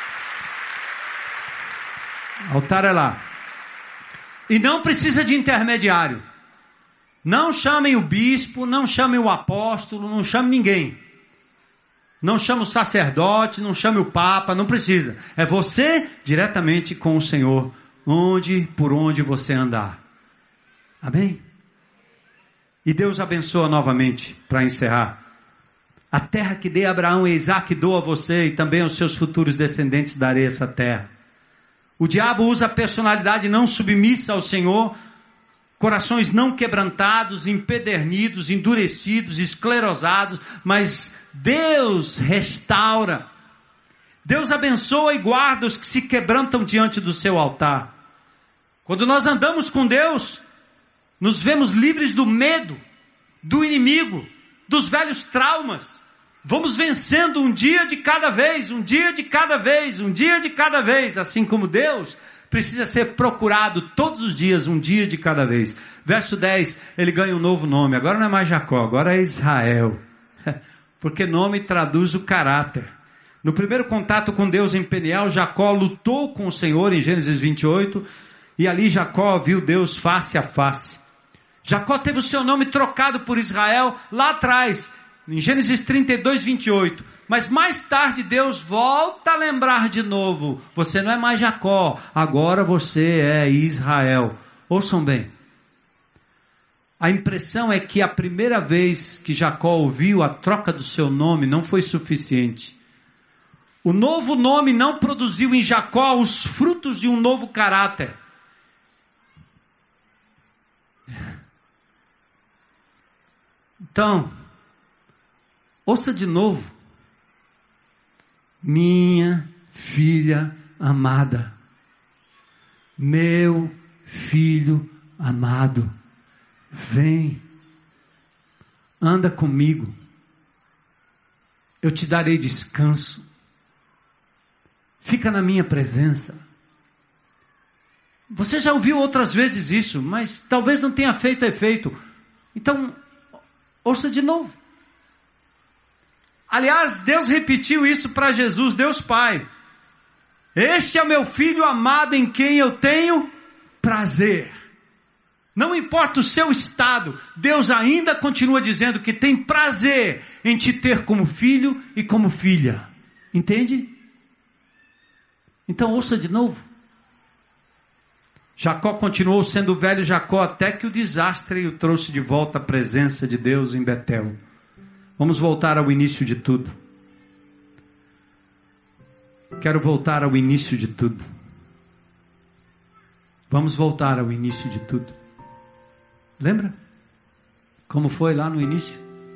O altar é lá. E não precisa de intermediário. Não chamem o bispo, não chamem o apóstolo, não chamem ninguém. Não chame o sacerdote, não chame o papa, não precisa. É você diretamente com o Senhor, por onde você andar. Amém? E Deus abençoa novamente, para encerrar. A terra que dei a Abraão e Isaac dou a você, e também aos seus futuros descendentes darei essa terra. O diabo usa a personalidade não submissa ao Senhor, corações não quebrantados, empedernidos, endurecidos, esclerosados, mas Deus restaura. Deus abençoa e guarda os que se quebrantam diante do seu altar. Quando nós andamos com Deus, nos vemos livres do medo, do inimigo, dos velhos traumas. Vamos vencendo um dia de cada vez, um dia de cada vez, um dia de cada vez, assim como Deus precisa ser procurado todos os dias, um dia de cada vez. Verso 10, ele ganha um novo nome. Agora não é mais Jacó, agora é Israel. Porque nome traduz o caráter. No primeiro contato com Deus em Peniel, Jacó lutou com o Senhor em Gênesis 28, e ali Jacó viu Deus face a face. Jacó teve o seu nome trocado por Israel lá atrás, em Gênesis 32, 28. Mas mais tarde Deus volta a lembrar de novo: você não é mais Jacó, agora você é Israel. Ouçam bem. A impressão é que a primeira vez que Jacó ouviu a troca do seu nome não foi suficiente. O novo nome não produziu em Jacó os frutos de um novo caráter. Então, ouça de novo. Minha filha amada, meu filho amado, vem, anda comigo, eu te darei descanso, fica na minha presença. Você já ouviu outras vezes isso, mas talvez não tenha feito efeito. Então, ouça de novo. Aliás, Deus repetiu isso para Jesus, Deus Pai. Este é meu filho amado em quem eu tenho prazer. Não importa o seu estado, Deus ainda continua dizendo que tem prazer em te ter como filho e como filha. Entende? Então ouça de novo. Jacó continuou sendo o velho Jacó até que o desastre o trouxe de volta à presença de Deus em Betel. Vamos voltar ao início de tudo. Quero voltar ao início de tudo. Vamos voltar ao início de tudo. Lembra? Como foi lá no início?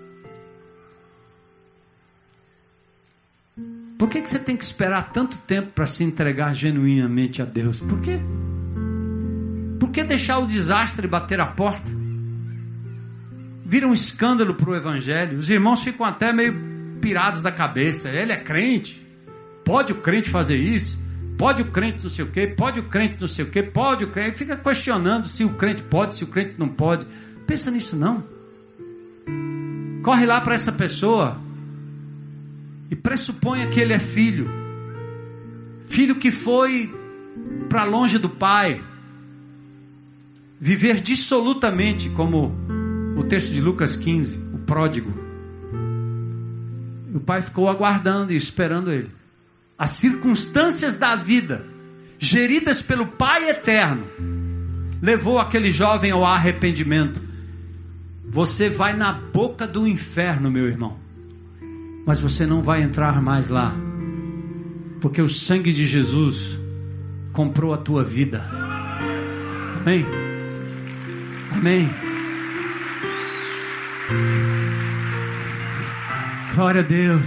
Por que você tem que esperar tanto tempo para se entregar genuinamente a Deus? Por quê? Por que deixar o desastre bater a porta? Vira um escândalo para o evangelho. Os irmãos ficam até meio pirados da cabeça. Ele é crente. Pode o crente fazer isso? Pode o crente não sei o quê? Pode o crente não sei o quê? Pode o crente? Fica questionando se o crente pode, se o crente não pode. Pensa nisso não. Corre lá para essa pessoa e pressuponha que ele é filho. Filho que foi para longe do pai. Viver dissolutamente, como o texto de Lucas 15, o pródigo. O pai ficou aguardando e esperando ele. As circunstâncias da vida, geridas pelo Pai eterno, levou aquele jovem ao arrependimento. Você vai na boca do inferno, meu irmão, mas você não vai entrar mais lá, porque o sangue de Jesus comprou a tua vida. Amém? Amém. Glória a Deus.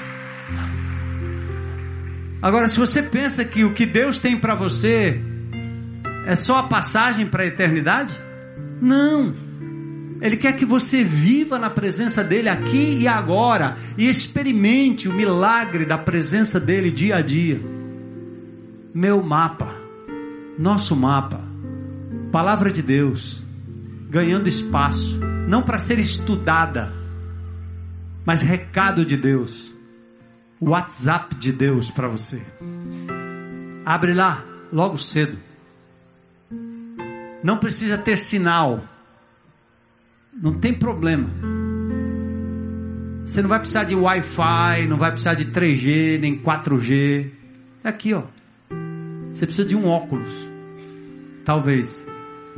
Agora, se você pensa que o que Deus tem para você é só a passagem para a eternidade, não. Ele quer que você viva na presença dele aqui e agora, e experimente o milagre da presença dele dia a dia. Meu mapa, nosso mapa, palavra de Deus, ganhando espaço, não para ser estudada, mas recado de Deus, WhatsApp de Deus para você. Abre lá, logo cedo. Não precisa ter sinal, não tem problema. Você não vai precisar de Wi-Fi, não vai precisar de 3G, nem 4G. É aqui, ó. Você precisa de um óculos, talvez.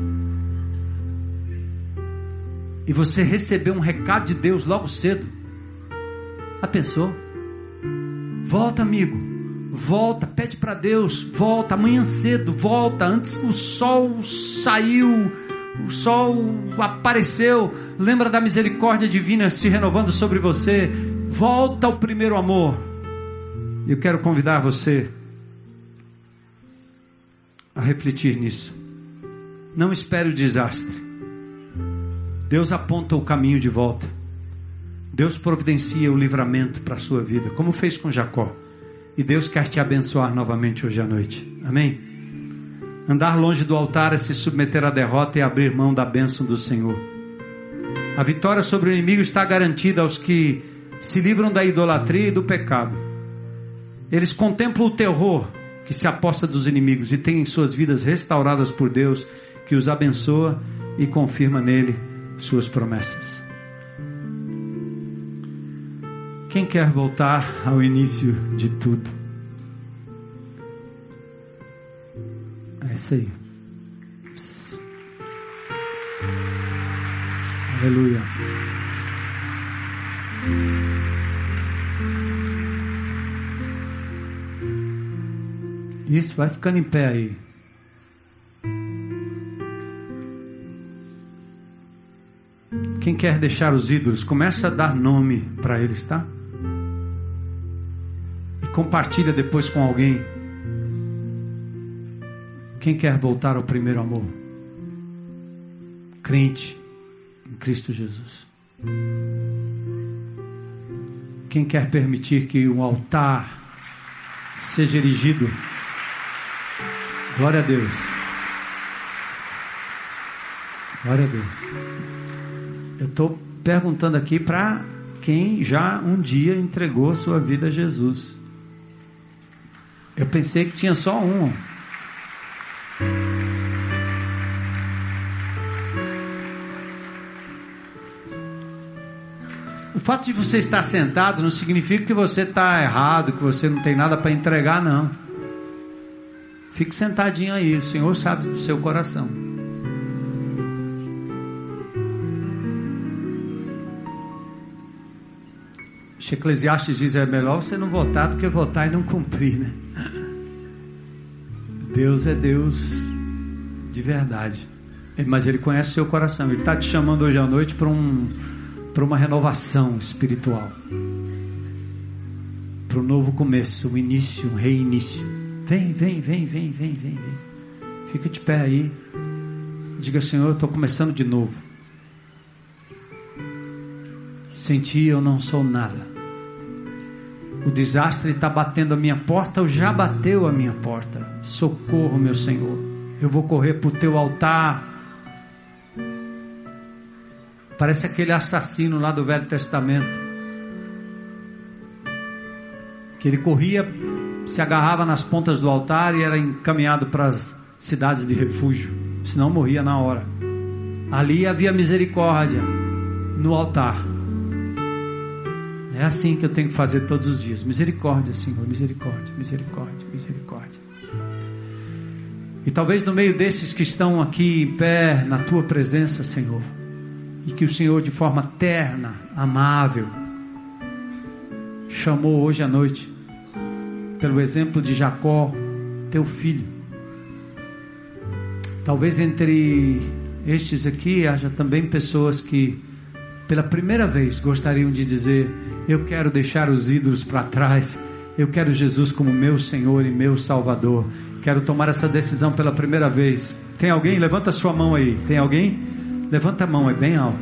E você recebeu um recado de Deus logo cedo. Já pensou? Volta, amigo. Volta, pede para Deus. Volta, amanhã cedo, volta. Antes que o sol saiu, o sol apareceu. Lembra da misericórdia divina se renovando sobre você. Volta ao primeiro amor. Eu quero convidar você a refletir nisso. Não espere o desastre. Deus aponta o caminho de volta. Deus providencia o livramento para a sua vida, como fez com Jacó. E Deus quer te abençoar novamente hoje à noite. Amém? Andar longe do altar é se submeter à derrota e abrir mão da bênção do Senhor. A vitória sobre o inimigo está garantida aos que se livram da idolatria e do pecado. Eles contemplam o terror que se aposta dos inimigos e têm suas vidas restauradas por Deus, que os abençoa e confirma nele suas promessas. Quem quer voltar ao início de tudo? É isso aí. Aleluia. Isso, vai ficando em pé aí. Quem quer deixar os ídolos, começa a dar nome para eles, tá? E compartilha depois com alguém. Quem quer voltar ao primeiro amor? Crente em Cristo Jesus. Quem quer permitir que um altar seja erigido? Glória a Deus. Glória a Deus. Eu estou perguntando aqui para quem já um dia entregou sua vida a Jesus. Eu pensei que tinha só um. O fato de você estar sentado não significa que você está errado, que você não tem nada para entregar, não. Fique sentadinho aí, o Senhor sabe do seu coração. Eclesiastes diz: é melhor você não votar do que votar e não cumprir, né? Deus é Deus de verdade, mas Ele conhece o seu coração. Ele está te chamando hoje à noite para uma renovação espiritual, para um novo começo, um início, um reinício. Vem. Fica de pé aí. Diga: Senhor, eu estou começando de novo. Sem Ti eu não sou nada. O desastre está batendo a minha porta, ou já bateu a minha porta. Socorro, meu Senhor. Eu vou correr para o Teu altar. Parece aquele assassino lá do Velho Testamento, que ele corria, se agarrava nas pontas do altar e era encaminhado para as cidades de refúgio, senão morria na hora. Ali havia misericórdia no altar. É assim que eu tenho que fazer todos os dias. Misericórdia, Senhor, misericórdia, misericórdia, misericórdia. E talvez no meio desses que estão aqui em pé na Tua presença, Senhor, e que o Senhor de forma terna, amável, chamou hoje à noite, pelo exemplo de Jacó, Teu filho. Talvez entre estes aqui haja também pessoas que pela primeira vez gostariam de dizer: eu quero deixar os ídolos para trás, eu quero Jesus como meu Senhor e meu Salvador, quero tomar essa decisão pela primeira vez. Tem alguém? Levanta a sua mão aí. Tem alguém? Levanta a mão, é bem alto.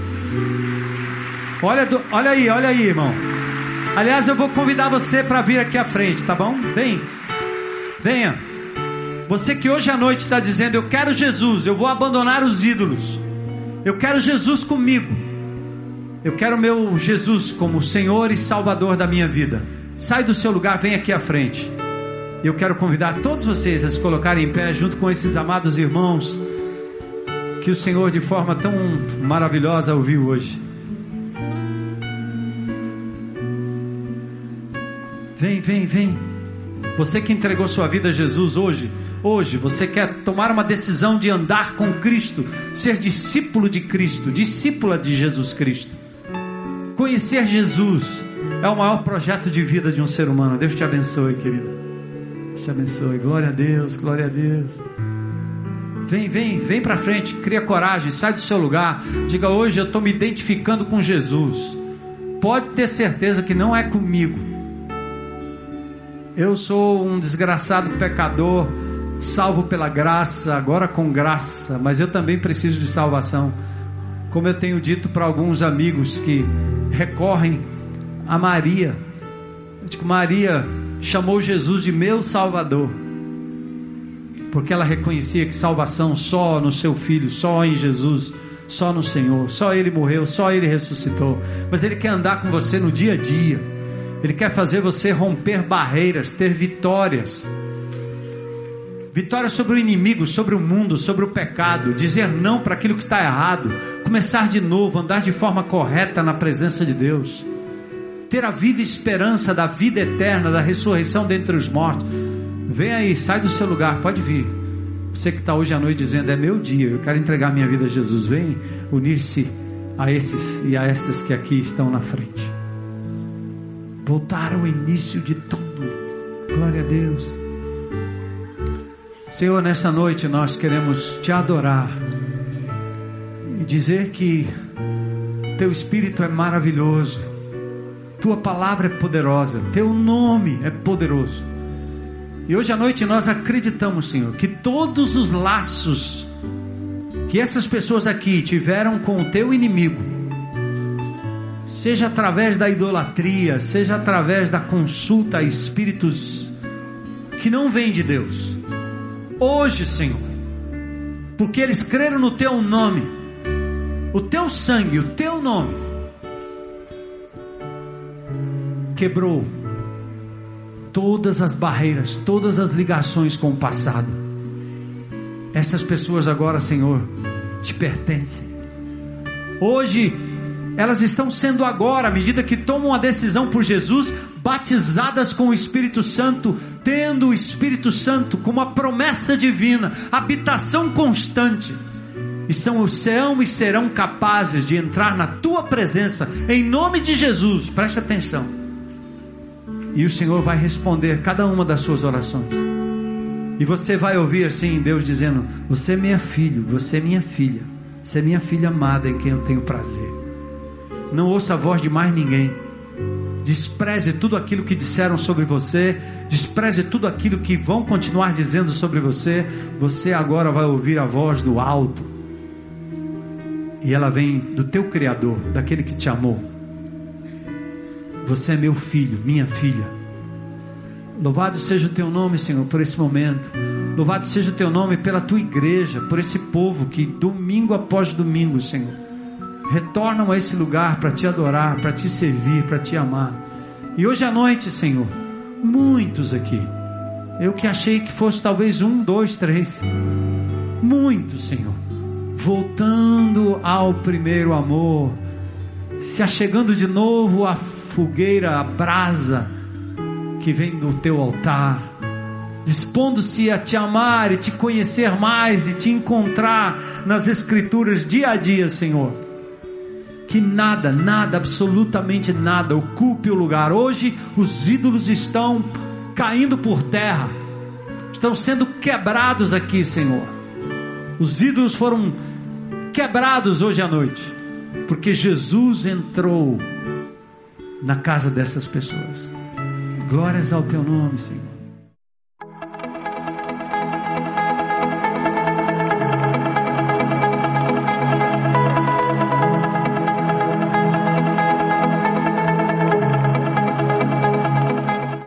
Olha aí, irmão. Aliás, eu vou convidar você para vir aqui à frente, tá bom? Venha. Você que hoje à noite está dizendo: eu quero Jesus, eu vou abandonar os ídolos, eu quero Jesus comigo, eu quero meu Jesus como Senhor e Salvador da minha vida. Sai do seu lugar, vem aqui à frente. Eu quero convidar todos vocês a se colocarem em pé junto com esses amados irmãos que o Senhor de forma tão maravilhosa ouviu hoje. Vem. Você que entregou sua vida a Jesus hoje, você quer tomar uma decisão de andar com Cristo, ser discípulo de Cristo, discípula de Jesus Cristo. Conhecer Jesus é o maior projeto de vida de um ser humano. Deus te abençoe, querida. Deus te abençoe. Glória a Deus, glória a Deus. Vem para frente, cria coragem, sai do seu lugar. Diga: hoje eu estou me identificando com Jesus. Pode ter certeza que não é comigo. Eu sou um desgraçado pecador, salvo pela graça, agora com graça, mas eu também preciso de salvação. Como eu tenho dito para alguns amigos que recorrem a Maria, eu digo: Maria chamou Jesus de meu Salvador, porque ela reconhecia que salvação só no seu Filho, só em Jesus, só no Senhor. Só Ele morreu, só Ele ressuscitou. Mas Ele quer andar com você no dia a dia. Ele quer fazer você romper barreiras, ter vitórias. Vitória sobre o inimigo, sobre o mundo, sobre o pecado. Dizer não para aquilo que está errado. Começar de novo, andar de forma correta na presença de Deus. Ter a viva esperança da vida eterna, da ressurreição dentre os mortos. Vem aí, sai do seu lugar, pode vir. Você que está hoje à noite dizendo, é meu dia, eu quero entregar minha vida a Jesus. Vem unir-se a esses e a estas que aqui estão na frente. Voltar ao início de tudo. Glória a Deus. Senhor, nessa noite nós queremos te adorar e dizer que teu Espírito é maravilhoso, tua palavra é poderosa, teu nome é poderoso. E hoje à noite nós acreditamos, Senhor, que todos os laços que essas pessoas aqui tiveram com o teu inimigo, seja através da idolatria, seja através da consulta a espíritos que não vêm de Deus, hoje, Senhor, porque eles creram no teu nome, o teu sangue, o teu nome quebrou todas as barreiras, todas as ligações com o passado. Essas pessoas agora, Senhor, te pertencem. Hoje elas estão sendo agora, à medida que tomam a decisão por Jesus, batizadas com o Espírito Santo, tendo o Espírito Santo como a promessa divina, habitação constante, e são e serão capazes de entrar na tua presença, em nome de Jesus. Preste atenção, e o Senhor vai responder cada uma das suas orações, e você vai ouvir assim Deus dizendo, você é meu filho, você é minha filha, você é minha filha amada em quem eu tenho prazer. Não ouça a voz de mais ninguém. Despreze tudo aquilo que disseram sobre você. Despreze tudo aquilo que vão continuar dizendo sobre você. Você agora vai ouvir a voz do alto. E ela vem do teu Criador, daquele que te amou. Você é meu filho, minha filha. Louvado seja o teu nome, Senhor, por esse momento. Louvado seja o teu nome pela tua igreja, por esse povo que domingo após domingo, Senhor, retornam a esse lugar para te adorar, para te servir, para te amar. E hoje à noite, Senhor, muitos aqui, eu que achei que fosse talvez 1, 2, 3, muitos, Senhor, voltando ao primeiro amor, se achegando de novo à fogueira, à brasa que vem do teu altar, dispondo-se a te amar e te conhecer mais e te encontrar nas Escrituras dia a dia, Senhor. Que nada, absolutamente nada ocupe o lugar. Hoje os ídolos estão caindo por terra, estão sendo quebrados aqui, Senhor. Os ídolos foram quebrados hoje à noite, porque Jesus entrou na casa dessas pessoas. Glórias ao teu nome, Senhor.